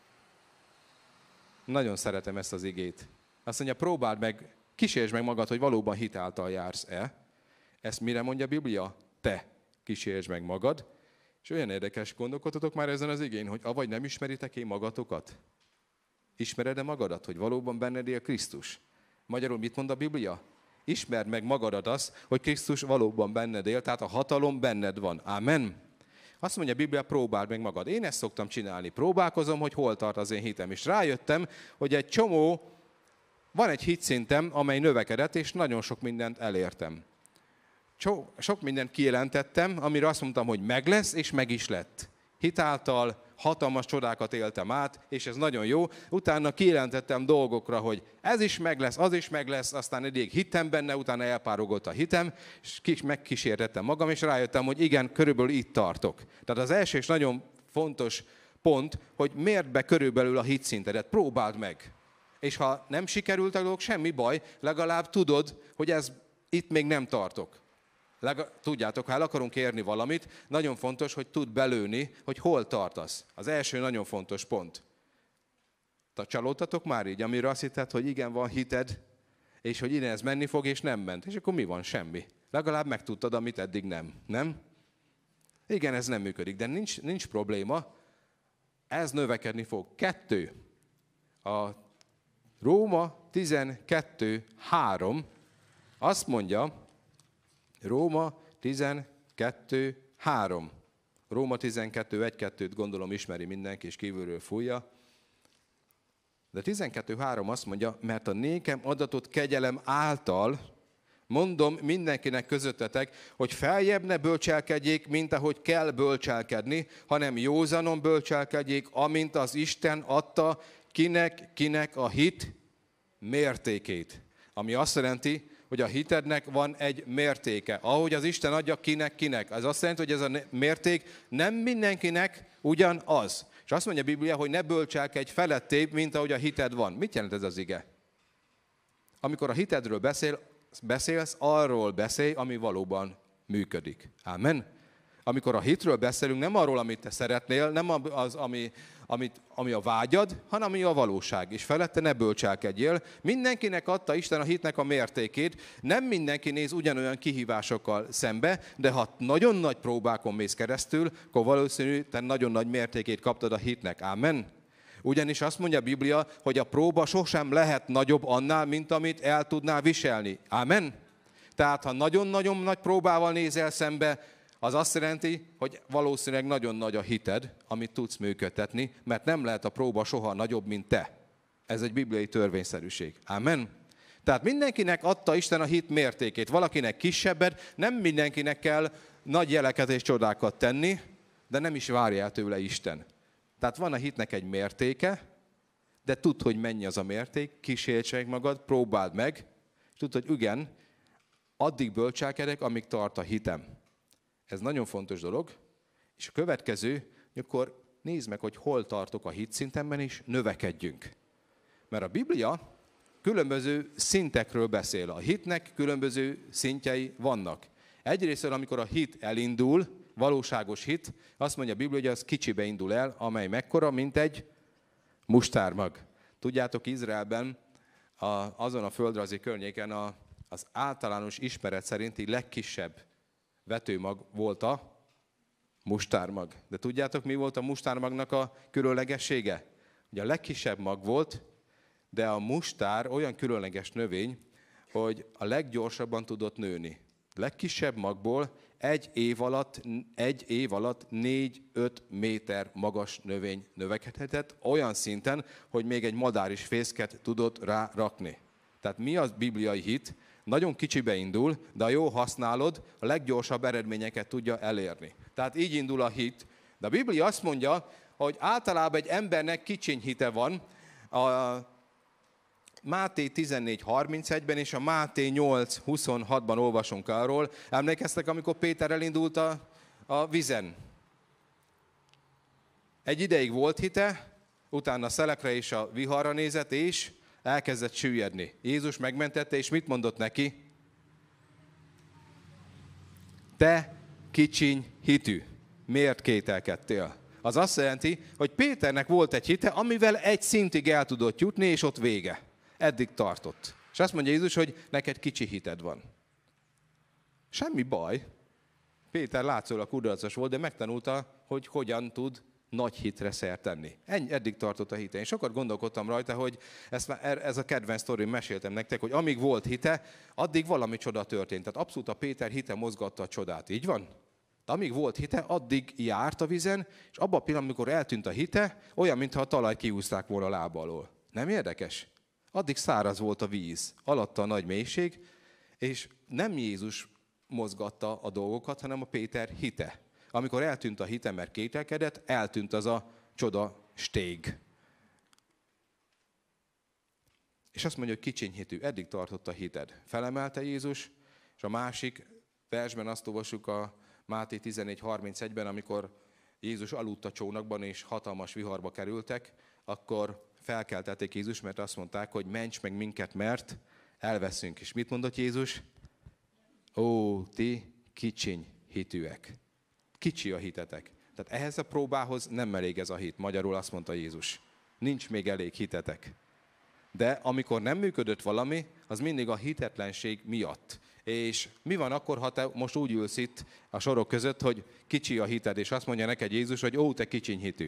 Speaker 1: Nagyon szeretem ezt az igét. Azt mondja, próbáld meg, kísértsd meg magad, hogy valóban hit által jársz-e. Ezt mire mondja a Biblia? Te kísértsd meg magad. És olyan érdekes, gondolkodtatok már ezen az igén, hogy avagy nem ismeritek-e magatokat? Ismered-e magadat, hogy valóban benned él Krisztus? Magyarul mit mond a Biblia? Ismerd meg magadat azt, hogy Krisztus valóban benned él, tehát a hatalom benned van. Amen. Azt mondja a Biblia, próbáld meg magad. Én ezt szoktam csinálni. Próbálkozom, hogy hol tart az én hitem. És rájöttem, hogy egy csomó, van egy hitszintem, amely növekedett, és nagyon sok mindent elértem. Sok mindent kijelentettem, amire azt mondtam, hogy meg lesz, és meg is lett. Hitáltal hatalmas csodákat éltem át, és ez nagyon jó. Utána kijelentettem dolgokra, hogy ez is meg lesz, az is meg lesz, aztán eddig hittem benne, utána elpárogott a hitem, és megkísértettem magam, és rájöttem, hogy igen, körülbelül itt tartok. Tehát az első és nagyon fontos pont, hogy mérd be körülbelül a hitszintedet, próbáld meg. És ha nem sikerült a dolog, semmi baj, legalább tudod, hogy ez itt még nem tartok. Tudjátok, ha el akarunk érni valamit, nagyon fontos, hogy tud belőni, hogy hol tartasz. Az első nagyon fontos pont. Te csalódtatok már így, amire azt hitted, hogy igen, van hited, és hogy innen ez menni fog, és nem ment. És akkor mi van? Semmi. Legalább megtudtad, amit eddig nem. Nem? Igen, ez nem működik, de nincs, nincs probléma. Ez növekedni fog. Kettő. A Róma tizenkettő három azt mondja, Róma tizenkettő három. Róma tizenkettő egy kettőt gondolom ismeri mindenki, és kívülről fújja. De tizenkettő három azt mondja, mert a nékem adatott kegyelem által, mondom mindenkinek közöttetek, hogy feljebb ne bölcselkedjék, mint ahogy kell bölcselkedni, hanem józanon bölcselkedjék, amint az Isten adta kinek-kinek a hit mértékét. Ami azt jelenti, hogy a hitednek van egy mértéke. Ahogy az Isten adja kinek-kinek. Ez azt jelenti, hogy ez a mérték nem mindenkinek ugyanaz. És azt mondja a Biblia, hogy ne bölcselkedj felettébb, mint ahogy a hited van. Mit jelent ez az ige? Amikor a hitedről beszél, beszélsz, arról beszélj, ami valóban működik. Amen. Amikor a hitről beszélünk, nem arról, amit te szeretnél, nem az, ami, amit, ami a vágyad, hanem ami a valóság. És felette ne bölcselkedjél. Mindenkinek adta Isten a hitnek a mértékét. Nem mindenki néz ugyanolyan kihívásokkal szembe, de ha nagyon nagy próbákon mész keresztül, akkor valószínű, te nagyon nagy mértékét kaptad a hitnek. Amen. Ugyanis azt mondja a Biblia, hogy a próba sosem lehet nagyobb annál, mint amit el tudnál viselni. Amen. Tehát ha nagyon-nagyon nagy próbával nézel szembe, az azt jelenti, hogy valószínűleg nagyon nagy a hited, amit tudsz működtetni, mert nem lehet a próba soha nagyobb, mint te. Ez egy bibliai törvényszerűség. Amen. Tehát mindenkinek adta Isten a hit mértékét. Valakinek kisebbet, nem mindenkinek kell nagy jeleket és csodákat tenni, de nem is várja el tőle Isten. Tehát van a hitnek egy mértéke, de tudd, hogy mennyi az a mérték, kísérts meg magad, próbáld meg, és tudd, hogy igen, addig bölcselkedek, amíg tart a hitem. Ez nagyon fontos dolog. És a következő, akkor nézd meg, hogy hol tartok a hitszintemben, és növekedjünk. Mert a Biblia különböző szintekről beszél. A hitnek különböző szintjei vannak. Egyrészt, amikor a hit elindul, valóságos hit, azt mondja a Biblia, hogy az kicsibe indul el, amely mekkora, mint egy mustármag. Tudjátok, Izraelben a, azon a földrajzi környéken a, az általános ismeret szerinti legkisebb vetőmag volt a mustármag. De tudjátok, mi volt a mustármagnak a különlegessége? Ugye a legkisebb mag volt, de a mustár olyan különleges növény, hogy a leggyorsabban tudott nőni. Legkisebb magból egy év alatt, egy év alatt négy-öt méter magas növény növekedhetett, olyan szinten, hogy még egy madár is fészket tudott rá rakni. Tehát mi az bibliai hit? Nagyon kicsibe indul, de ha jól használod, a leggyorsabb eredményeket tudja elérni. Tehát így indul a hit. De a Biblia azt mondja, hogy általában egy embernek kicsiny hite van. A Máté tizennégy harmincegyben és a Máté nyolc huszonhatban olvasunk arról. Emlékeztek, amikor Péter elindult a, a vizen? Egy ideig volt hite, utána a szelekre és a viharra nézett, és elkezdett süllyedni. Jézus megmentette, és mit mondott neki? Te kicsiny hitű, miért kételkedtél? Az azt jelenti, hogy Péternek volt egy hite, amivel egy szintig el tudott jutni, és ott vége. Eddig tartott. És azt mondja Jézus, hogy neked kicsi hited van. Semmi baj. Péter látszólag kudarcos volt, de megtanulta, hogy hogyan tud nagy hitre szert tenni. Ennyi, eddig tartott a hite. Én sokat gondolkodtam rajta, hogy ezt már, ez a kedvenc sztorim, meséltem nektek, hogy amíg volt hite, addig valami csoda történt. Tehát abszolút a Péter hite mozgatta a csodát. Így van? De amíg volt hite, addig járt a vizen, és abban a pillanatban, amikor eltűnt a hite, olyan, mintha a talajt kihúzták volna a lába alól. Nem érdekes? Addig száraz volt a víz, alatta a nagy mélység, és nem Jézus mozgatta a dolgokat, hanem a Péter hite. Amikor eltűnt a hite, mert kételkedett, eltűnt az a csoda stég. És azt mondja, hogy kicsiny hitű, eddig tartott a hited. Felemelte Jézus, és a másik versben azt olvassuk a Máté tizennégy harmincegyben, amikor Jézus aludt a csónakban, és hatalmas viharba kerültek, akkor felkeltették Jézus, mert azt mondták, hogy ments meg minket, mert elveszünk. És mit mondott Jézus? Ó, ti kicsiny hitűek. Kicsi a hitetek. Tehát ehhez a próbához nem elég ez a hit. Magyarul azt mondta Jézus. Nincs még elég hitetek. De amikor nem működött valami, az mindig a hitetlenség miatt. És mi van akkor, ha te most úgy ülsz itt a sorok között, hogy kicsi a hited, és azt mondja neked Jézus, hogy ó, te kicsiny hitű.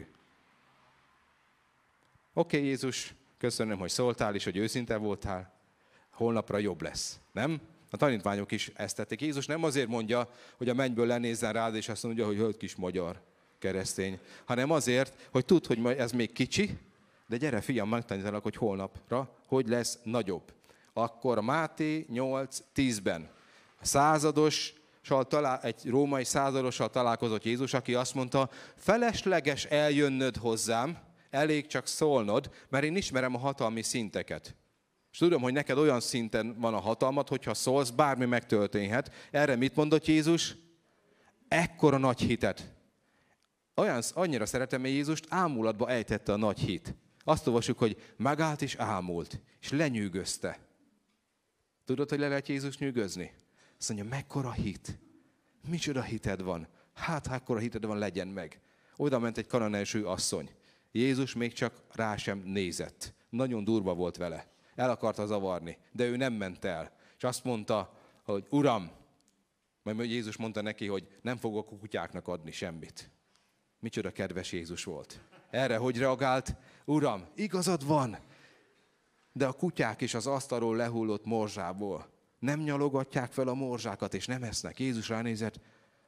Speaker 1: Oké, okay, Jézus, köszönöm, hogy szóltál, és hogy őszinte voltál. Holnapra jobb lesz. Nem? A tanítványok is ezt tették. Jézus nem azért mondja, hogy a mennyből lenézzen rád, és azt mondja, hogy hölgy kis magyar keresztény, hanem azért, hogy tudd, hogy ez még kicsi, de gyere, fiam, megtanítanak, hogy holnapra, hogy lesz nagyobb. Akkor a Máté nyolc tízben a századossal talál, egy római századossal találkozott Jézus, aki azt mondta, felesleges eljönnöd hozzám, elég csak szólnod, mert én ismerem a hatalmi szinteket. És tudom, hogy neked olyan szinten van a hatalmad, hogyha szólsz, bármi megtörténhet. Erre mit mondott Jézus? Ekkora nagy hitet. Olyan, annyira szeretem, hogy Jézust ámulatba ejtette a nagy hit. Azt olvassuk, hogy megállt és ámult, és lenyűgözte. Tudod, hogy le lehet Jézus nyűgözni? Azt mondja, mekkora hit. Micsoda hited van. Hát, akkora hited van, legyen meg. Oda ment egy kananeusű asszony. Jézus még csak rá sem nézett. Nagyon durva volt vele. El akarta zavarni, de ő nem ment el. És azt mondta, hogy Uram, majd Jézus mondta neki, hogy nem fogok a kutyáknak adni semmit. Micsoda kedves Jézus volt. Erre hogy reagált? Uram, igazad van, de a kutyák is az asztalról lehullott morzsából nem nyalogatják fel a morzsákat, és nem esznek. Jézus ránézett,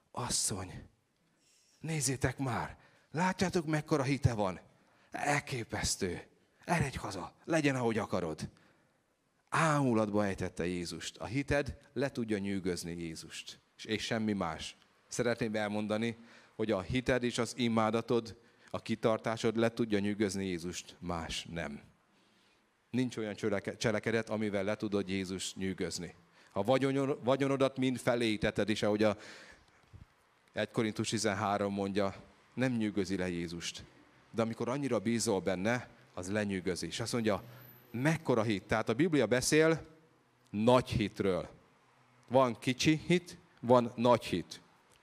Speaker 1: asszony, nézzétek már, látjátok, mekkora hite van? Elképesztő. Eredj haza, legyen, ahogy akarod. Ámulatba ejtette Jézust. A hited le tudja nyűgözni Jézust. És semmi más. Szeretném elmondani, hogy a hited és az imádatod, a kitartásod le tudja nyűgözni Jézust, más nem. Nincs olyan cselekedet, amivel le tudod Jézus nyűgözni. Ha vagyonodat mind felé teted, és ahogy a egy Korintus tizenhárom mondja, nem nyűgözi le Jézust. De amikor annyira bízol benne, az lenyűgözi. És azt mondja, mekkora hit. Tehát a Biblia beszél nagy hitről. Van kicsi hit, van nagy hit.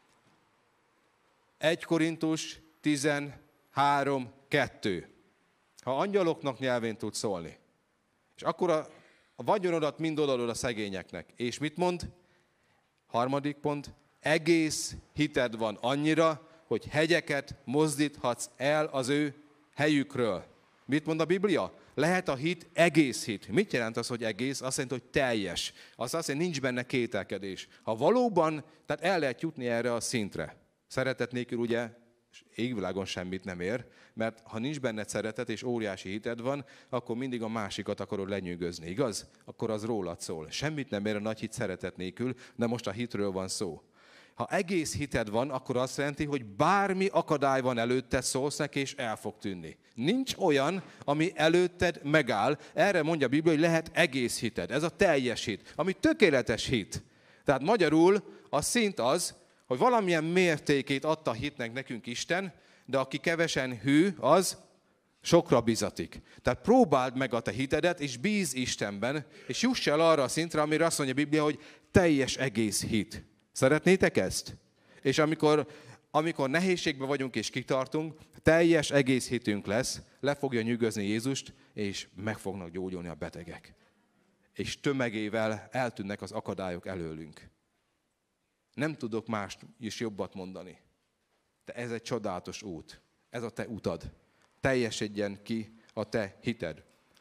Speaker 1: egy Korintus tizenhárom kettő. Ha angyaloknak nyelvén tudsz szólni, és akkor a, a vagyonodat mind odaadod a szegényeknek. És mit mond? Harmadik pont, egész hited van annyira, hogy hegyeket mozdíthatsz el az ő helyükről. Mit mond a Biblia? Lehet a hit egész hit. Mit jelent az, hogy egész? Azt jelenti, hogy teljes. Azt azt jelenti, nincs benne kételkedés. Ha valóban, tehát el lehet jutni erre a szintre. Szeretet nélkül ugye égvilágon semmit nem ér, mert ha nincs benned szeretet és óriási hited van, akkor mindig a másikat akarod lenyűgözni, igaz? Akkor az rólad szól. Semmit nem ér a nagy hit szeretet nélkül, de most a hitről van szó. Ha egész hited van, akkor azt jelenti, hogy bármi akadály van előtted, szólsz neki, és el fog tűnni. Nincs olyan, ami előtted megáll. Erre mondja a Biblia, hogy lehet egész hited. Ez a teljes hit, ami tökéletes hit. Tehát magyarul a szint az, hogy valamilyen mértékét adta a hitnek nekünk Isten, de aki kevesen hű, az sokra bizatik. Tehát próbáld meg a te hitedet, és bíz Istenben, és juss el arra a szintre, amire azt mondja a Biblia, hogy teljes egész hit. Szeretnétek ezt? És amikor, amikor nehézségben vagyunk és kitartunk, teljes egész hitünk lesz, le fogja nyűgözni Jézust, és meg fognak gyógyulni a betegek. És tömegével eltűnnek az akadályok előlünk. Nem tudok mást is jobbat mondani. De ez egy csodálatos út. Ez a te utad. Teljesedjen ki a te hited.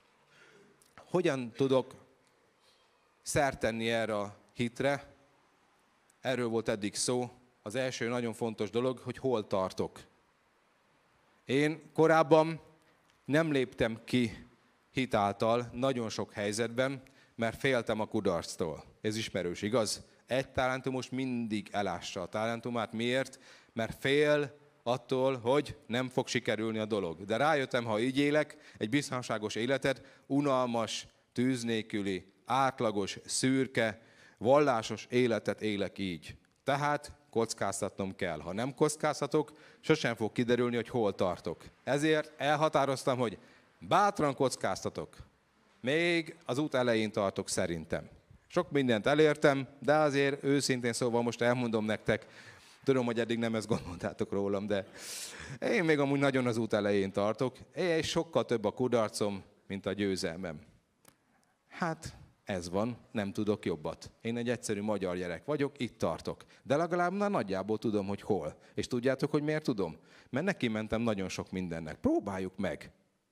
Speaker 1: Hogyan tudok szert tenni erre a hitre? Erről volt eddig szó. Az első nagyon fontos dolog, hogy hol tartok. Én korábban nem léptem ki hitáltal nagyon sok helyzetben, mert féltem a kudarctól. Ez ismerős, igaz? Egy talentumos mindig elássa a talentumát. Miért? Mert fél attól, hogy nem fog sikerülni a dolog. De rájöttem, ha így élek, egy biztonságos életet, unalmas, tűz nélküli, átlagos, szürke, vallásos életet élek így. Tehát kockáztatnom kell. Ha nem kockáztatok, sosem fog kiderülni, hogy hol tartok. Ezért elhatároztam, hogy bátran kockáztatok. Még az út elején tartok szerintem. Sok mindent elértem, de azért őszintén szóval most elmondom nektek, tudom, hogy eddig nem ezt gondoltátok rólam, de én még amúgy nagyon az út elején tartok, és sokkal több a kudarcom, mint a győzelmem. Hát ez van, nem tudok jobbat. Én egy egyszerű magyar gyerek vagyok, itt tartok. De legalább már nagyjából tudom, hogy hol. És tudjátok, hogy miért tudom? Mert neki mentem nagyon sok mindennek. Próbáljuk meg.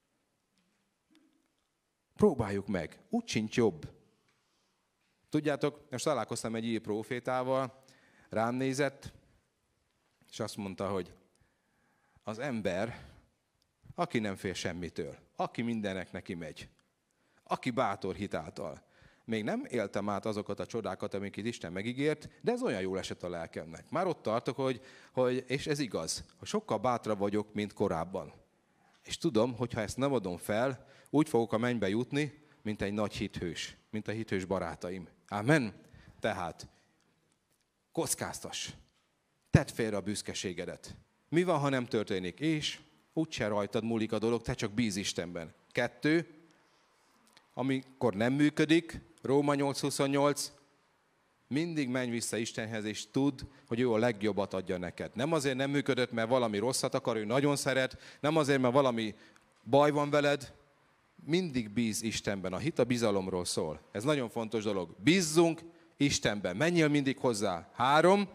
Speaker 1: Próbáljuk meg. Úgy sincs jobb. Tudjátok, most találkoztam egy ír prófétával, rám nézett, és azt mondta, hogy az ember, aki nem fél semmitől, aki mindennek neki megy, aki bátor hitáltal. Még nem éltem át azokat a csodákat, amiket Isten megígért, de ez olyan jól esett a lelkemnek. Már ott tartok, hogy, hogy és ez igaz, hogy sokkal bátrabb vagyok, mint korábban. És tudom, hogy ha ezt nem adom fel, úgy fogok a mennybe jutni, mint egy nagy hithős, mint a hithős barátaim. Amen? Tehát, kockáztass. Tedd félre a büszkeségedet. Mi van, ha nem történik? És úgyse rajtad múlik a dolog, te csak bíz Istenben. Kettő, amikor nem működik, Róma nyolc huszonnyolc, mindig menj vissza Istenhez, és tudd, hogy ő a legjobbat adja neked. Nem azért nem működött, mert valami rosszat akar, ő nagyon szeret, nem azért, mert valami baj van veled, mindig bíz Istenben. A hit a bizalomról szól. Ez nagyon fontos dolog. Bízzunk Istenben. Menjél mindig hozzá. Három.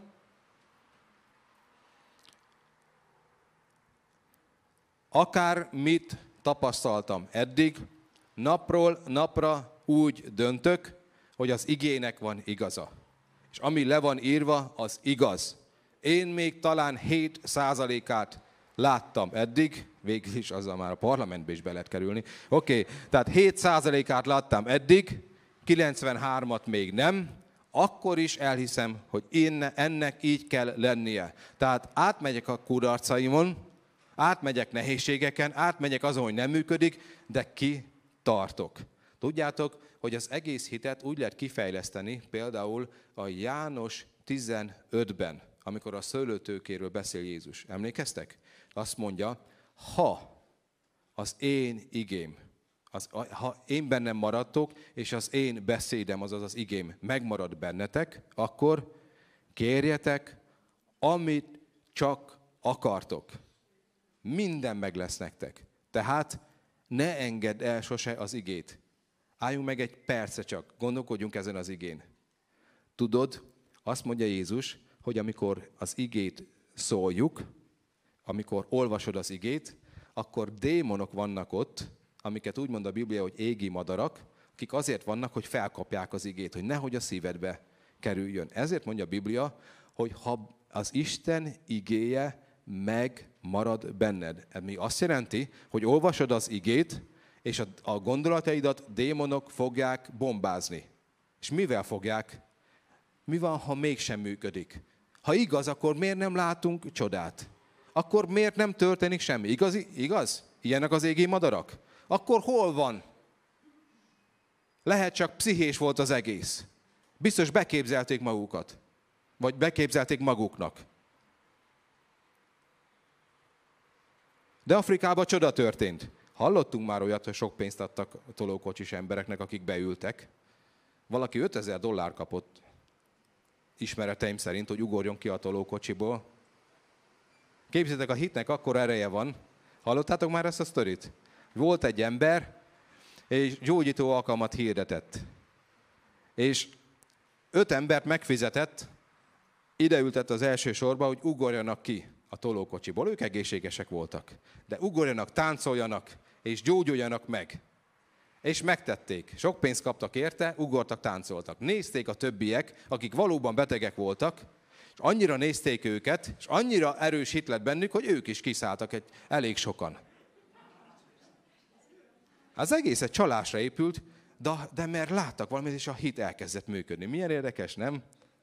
Speaker 1: Akár mit tapasztaltam eddig, napról napra úgy döntök, hogy az igének van igaza. És ami le van írva, az igaz. Én még talán hét százalékát láttam eddig, végül is azzal már a parlamentbe is be lehet kerülni. Oké, okay, tehát hét százalékát láttam eddig, kilencvenhármat még nem, akkor is elhiszem, hogy én, ennek így kell lennie. Tehát átmegyek a kudarcaimon, átmegyek nehézségeken, átmegyek azon, hogy nem működik, de kitartok. Tudjátok, hogy az egész hitet úgy lehet kifejleszteni, például a János tizenötben, amikor a szőlőtőkéről beszél Jézus. Emlékeztek? Azt mondja, ha az én igém, az, ha én bennem maradtok, és az én beszédem, azaz az igém megmarad bennetek, akkor kérjetek, amit csak akartok. Minden meg lesz nektek. Tehát ne engedd el sose az igét. Álljunk meg egy perce csak, gondolkodjunk ezen az igén. Tudod, azt mondja Jézus, hogy amikor az igét szóljuk, amikor olvasod az igét, akkor démonok vannak ott, amiket úgy mond a Biblia, hogy égi madarak, akik azért vannak, hogy felkapják az igét, hogy nehogy a szívedbe kerüljön. Ezért mondja a Biblia, hogy ha az Isten igéje megmarad benned. Ez mi azt jelenti, hogy olvasod az igét, és a, a gondolataidat démonok fogják bombázni. És mivel fogják? Mi van, ha mégsem működik? Ha igaz, akkor miért nem látunk csodát? Akkor miért nem történik semmi? Igaz? Igaz? Ilyenek az égi madarak? Akkor hol van? Lehet csak pszichés volt az egész. Biztos beképzelték magukat. Vagy beképzelték maguknak. De Afrikában csoda történt. Hallottunk már olyat, hogy sok pénzt adtak a tolókocsis embereknek, akik beültek. Valaki ötezer dollár kapott, ismereteim szerint, hogy ugorjon ki a tolókocsiból. Képzeljétek, a hitnek akkor ereje van. Hallottátok már ezt a sztorit? Volt egy ember, és gyógyító alkalmat hirdetett. És öt embert megfizetett, ideültett az első sorba, hogy ugorjanak ki a tolókocsiból. Ők egészségesek voltak. De ugorjanak, táncoljanak, és gyógyuljanak meg. És megtették. Sok pénzt kaptak érte, ugortak, táncoltak. Nézték a többiek, akik valóban betegek voltak, és annyira nézték őket, és annyira erős hit lett bennük, hogy ők is kiszálltak egy, elég sokan. Az egész egy csalásra épült, de, de mert láttak valamit, és a hit elkezdett működni. Milyen érdekes, nem?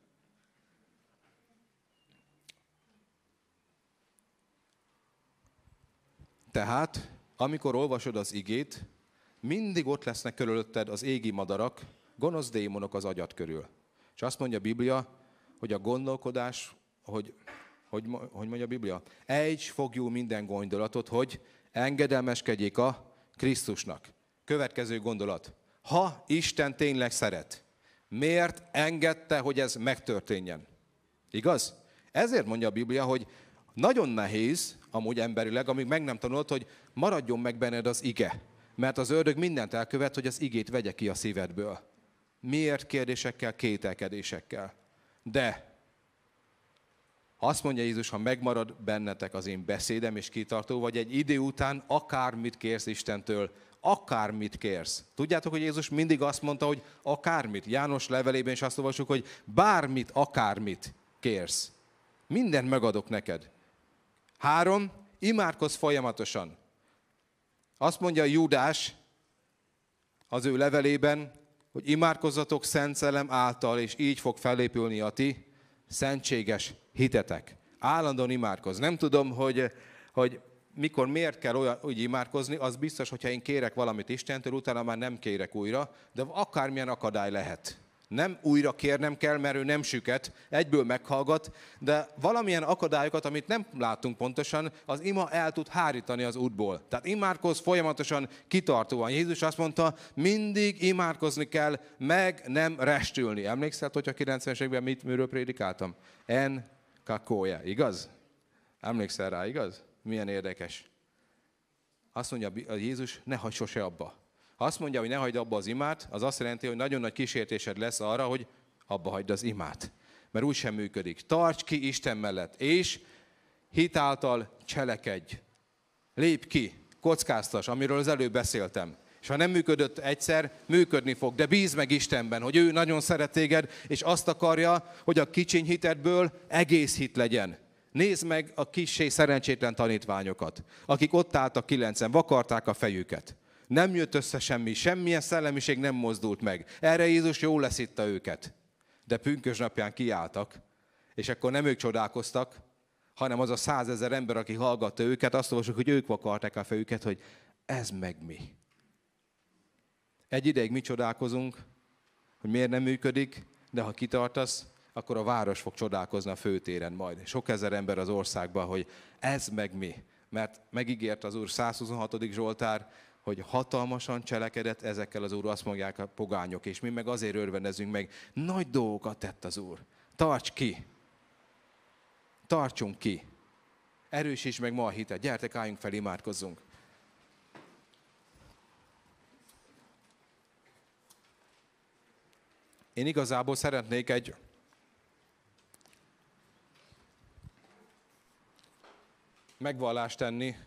Speaker 1: Tehát, amikor olvasod az igét, mindig ott lesznek körülötted az égi madarak, gonosz démonok az agyad körül. És azt mondja a Biblia, hogy a gondolkodás, hogy, hogy, hogy mondja a Biblia? Ejts fogjú minden gondolatot, hogy engedelmeskedjék a Krisztusnak. Következő gondolat. Ha Isten tényleg szeret, miért engedte, hogy ez megtörténjen? Igaz? Ezért mondja a Biblia, hogy nagyon nehéz, amúgy emberileg, amíg meg nem tanult, hogy maradjon meg benned az ige. Mert az ördög mindent elkövet, hogy az igét vegye ki a szívedből. Miért? Kérdésekkel, kételkedésekkel. De azt mondja Jézus, ha megmarad bennetek az én beszédem és kitartó, vagy egy idő után akármit kérsz Istentől, akármit kérsz. Tudjátok, hogy Jézus mindig azt mondta, hogy akármit. János levelében is azt olvasjuk, hogy bármit, akármit kérsz. Mindent megadok neked. Három, imádkozz folyamatosan. Azt mondja Júdás az ő levelében, hogy imádkozzatok Szent Szellem által, és így fog felépülni a ti szentséges hitetek. Állandóan imádkozz. Nem tudom, hogy, hogy mikor miért kell olyan, úgy imádkozni, az biztos, hogyha én kérek valamit Istentől, utána már nem kérek újra, de akármilyen akadály lehet. Nem újra kérnem kell, mert ő nem süket, egyből meghallgat, de valamilyen akadályokat, amit nem látunk pontosan, az ima el tud hárítani az útból. Tehát imádkozz folyamatosan, kitartóan. Jézus azt mondta, mindig imádkozni kell, meg nem restülni. Emlékszel, hogy a kilencvenes években mit, miről prédikáltam? En kakója, igaz? Emlékszel rá, igaz? Milyen érdekes. Azt mondja Jézus, ne hagyd sose abba. Ha azt mondja, hogy ne hagyd abba az imát, az azt jelenti, hogy nagyon nagy kísértésed lesz arra, hogy abba hagyd az imát. Mert úgy sem működik. Tarts ki Isten mellett, és hitáltal cselekedj. Lépj ki, kockáztas, amiről az előbb beszéltem. És ha nem működött egyszer, működni fog. De bízd meg Istenben, hogy ő nagyon szeret téged, és azt akarja, hogy a kicsiny hitedből egész hit legyen. Nézd meg a kissé szerencsétlen tanítványokat, akik ott álltak kilencen, vakarták a fejüket. Nem jött össze semmi, semmilyen szellemiség nem mozdult meg. Erre Jézus jól leszitta őket. De pünkösdnapján kiálltak, és akkor nem ők csodálkoztak, hanem az a százezer ember, aki hallgatta őket, azt olvasjuk, hogy ők vakarták a fejüket, hogy ez meg mi. Egy ideig mi csodálkozunk, hogy miért nem működik, de ha kitartasz, akkor a város fog csodálkozni a főtéren majd. Sok ezer ember az országban, hogy ez meg mi. Mert megígért az Úr százhuszonhatodik Zsoltár, hogy hatalmasan cselekedett ezekkel az Úr, azt mondják a pogányok, és mi meg azért örvendezünk meg. Nagy dolgokat tett az Úr. Tarts ki! Tartsunk ki! Erősíts meg ma a hitet. Gyertek, álljunk fel, imádkozzunk. Én igazából szeretnék egy megvallást tenni.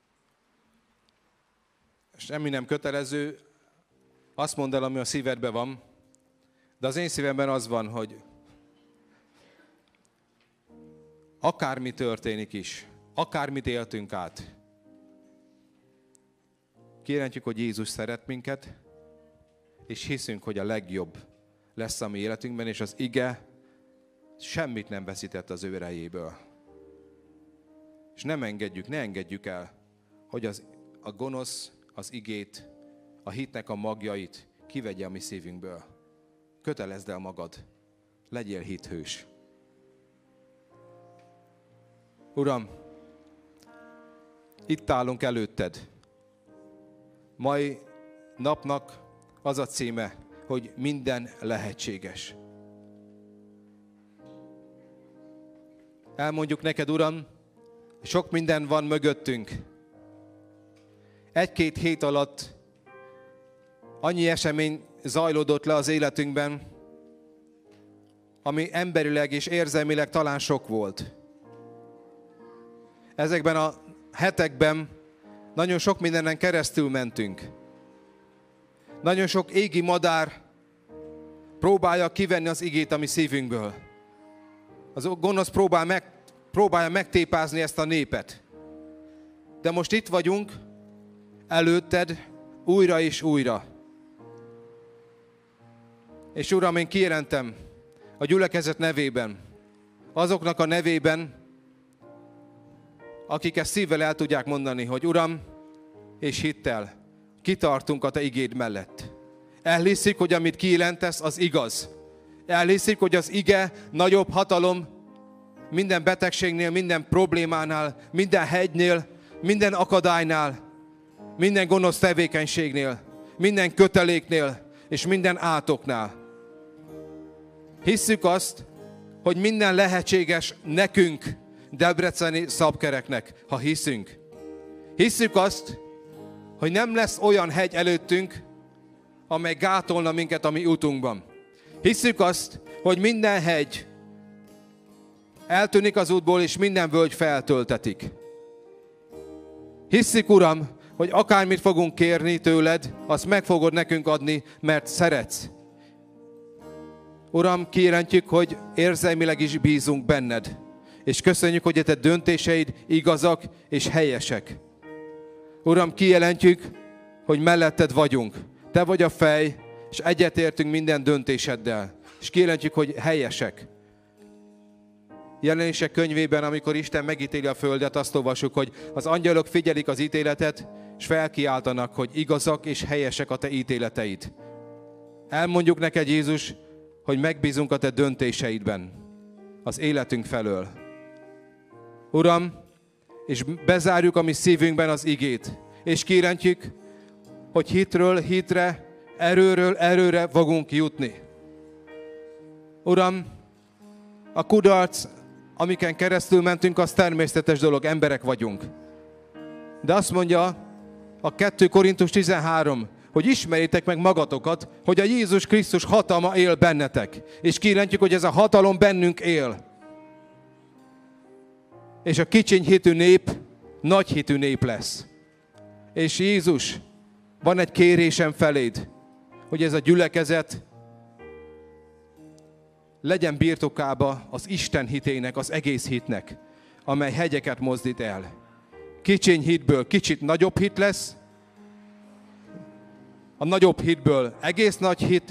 Speaker 1: Semmi nem kötelező, azt mondd el, ami a szívedben van, de az én szívemben az van, hogy akármi történik is, akármit éltünk át, kijelentjük, hogy Jézus szeret minket, és hiszünk, hogy a legjobb lesz a mi életünkben, és az ige semmit nem veszített az ő erejéből. És nem engedjük, ne engedjük el, hogy az, a gonosz az igét, a hitnek a magjait kivegye a mi szívünkből. Kötelezd el magad, legyél hithős. Uram, itt állunk előtted. Mai napnak az a címe, hogy minden lehetséges. Elmondjuk neked, Uram, sok minden van mögöttünk. Egy-két hét alatt annyi esemény zajlódott le az életünkben, ami emberileg és érzelmileg talán sok volt. Ezekben a hetekben nagyon sok mindenen keresztül mentünk. Nagyon sok égi madár próbálja kivenni az igét a mi szívünkből. Az gonosz próbál meg, próbálja megtépázni ezt a népet. De most itt vagyunk, előtted, újra és újra. És Uram, én kijelentem a gyülekezet nevében, azoknak a nevében, akik ezt szívvel el tudják mondani, hogy Uram, és hittel kitartunk a Te igéd mellett. Elhiszik, hogy amit kijelentesz, az igaz. Elhiszik, hogy az ige nagyobb hatalom minden betegségnél, minden problémánál, minden hegynél, minden akadálynál, minden gonosz tevékenységnél, minden köteléknél és minden átoknál. Hisszük azt, hogy minden lehetséges nekünk, debreceni szabkereknek, ha hiszünk. Hisszük azt, hogy nem lesz olyan hegy előttünk, amely gátolna minket a mi útunkban. Hisszük azt, hogy minden hegy eltűnik az útból, és minden völgy feltöltetik. Hisszük, Uram, hogy akármit fogunk kérni tőled, azt meg fogod nekünk adni, mert szeretsz. Uram, kijelentjük, hogy érzelmileg is bízunk benned. És köszönjük, hogy a te döntéseid igazak és helyesek. Uram, kijelentjük, hogy melletted vagyunk. Te vagy a fej, és egyetértünk minden döntéseddel. És kijelentjük, hogy helyesek. Jelenések könyvében, amikor Isten megítéli a földet, azt olvassuk, hogy az angyalok figyelik az ítéletet, és felkiáltanak, hogy igazak és helyesek a te ítéleteid. Elmondjuk neked, Jézus, hogy megbízunk a te döntéseidben, az életünk felől. Uram, és bezárjuk a mi szívünkben az igét, és kijelentjük, hogy hitről hitre, erőről erőre fogunk jutni. Uram, a kudarc, amiken keresztül mentünk, az természetes dolog, emberek vagyunk. De azt mondja a kettő Korintus tizenhárom, hogy ismerjétek meg magatokat, hogy a Jézus Krisztus hatalma él bennetek. És kijelentjük, hogy ez a hatalom bennünk él. És a kicsiny hitű nép nagy hitű nép lesz. És Jézus van egy kérésem feléd, hogy ez a gyülekezet legyen birtokába az Isten hitének, az egész hitnek, amely hegyeket mozdít el. Kicsiny hitből kicsit nagyobb hit lesz, a nagyobb hitből egész nagy hit,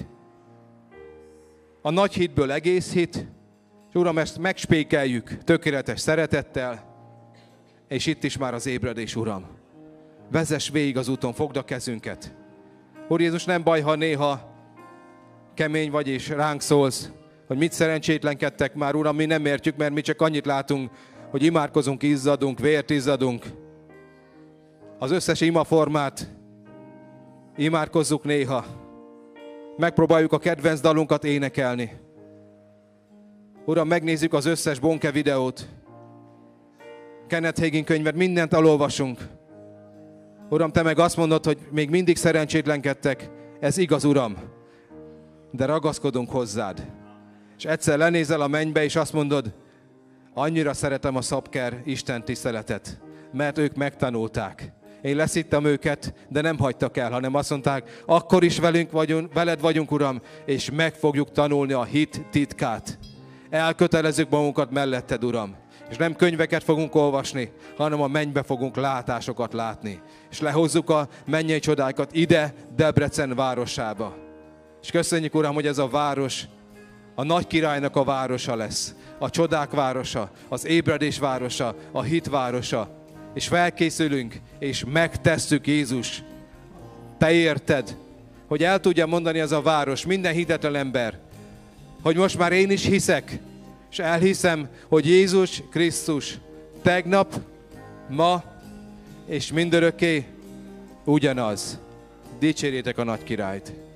Speaker 1: a nagy hitből egész hit, és Uram, ezt megspékeljük tökéletes szeretettel, és itt is már az ébredés, Uram. Vezess végig az úton, fogd a kezünket. Úr Jézus, nem baj, ha néha kemény vagy és ránk szólsz, hogy mit szerencsétlenkedtek már, Uram, mi nem értjük, mert mi csak annyit látunk, hogy imádkozunk, izzadunk, vért izzadunk. Az összes imaformát imádkozzuk néha. Megpróbáljuk a kedvenc dalunkat énekelni. Uram, megnézzük az összes Bonke videót, Kenneth Hagin könyvet, mindent elolvasunk. Uram, Te meg azt mondod, hogy még mindig szerencsétlenkedtek. Ez igaz, Uram, de ragaszkodunk hozzád. És egyszer lenézel a mennybe, és azt mondod, annyira szeretem a Szabker Isten tiszteletet, mert ők megtanulták. Én leszittem őket, de nem hagytak el, hanem azt mondták, akkor is velünk vagyunk, veled vagyunk, Uram, és meg fogjuk tanulni a hit titkát. Elkötelezzük magunkat melletted, Uram. És nem könyveket fogunk olvasni, hanem a mennybe fogunk látásokat látni. És lehozzuk a mennyei csodákat ide, Debrecen városába. És köszönjük, Uram, hogy ez a város a nagy királynak a városa lesz. A csodák városa, az ébredés városa, a hit városa. És felkészülünk, és megtesszük, Jézus. Te érted, hogy el tudja mondani ez a város, minden hitetlen ember, hogy most már én is hiszek, és elhiszem, hogy Jézus Krisztus tegnap, ma és mindörökké ugyanaz. Dicsérjétek a nagy királyt!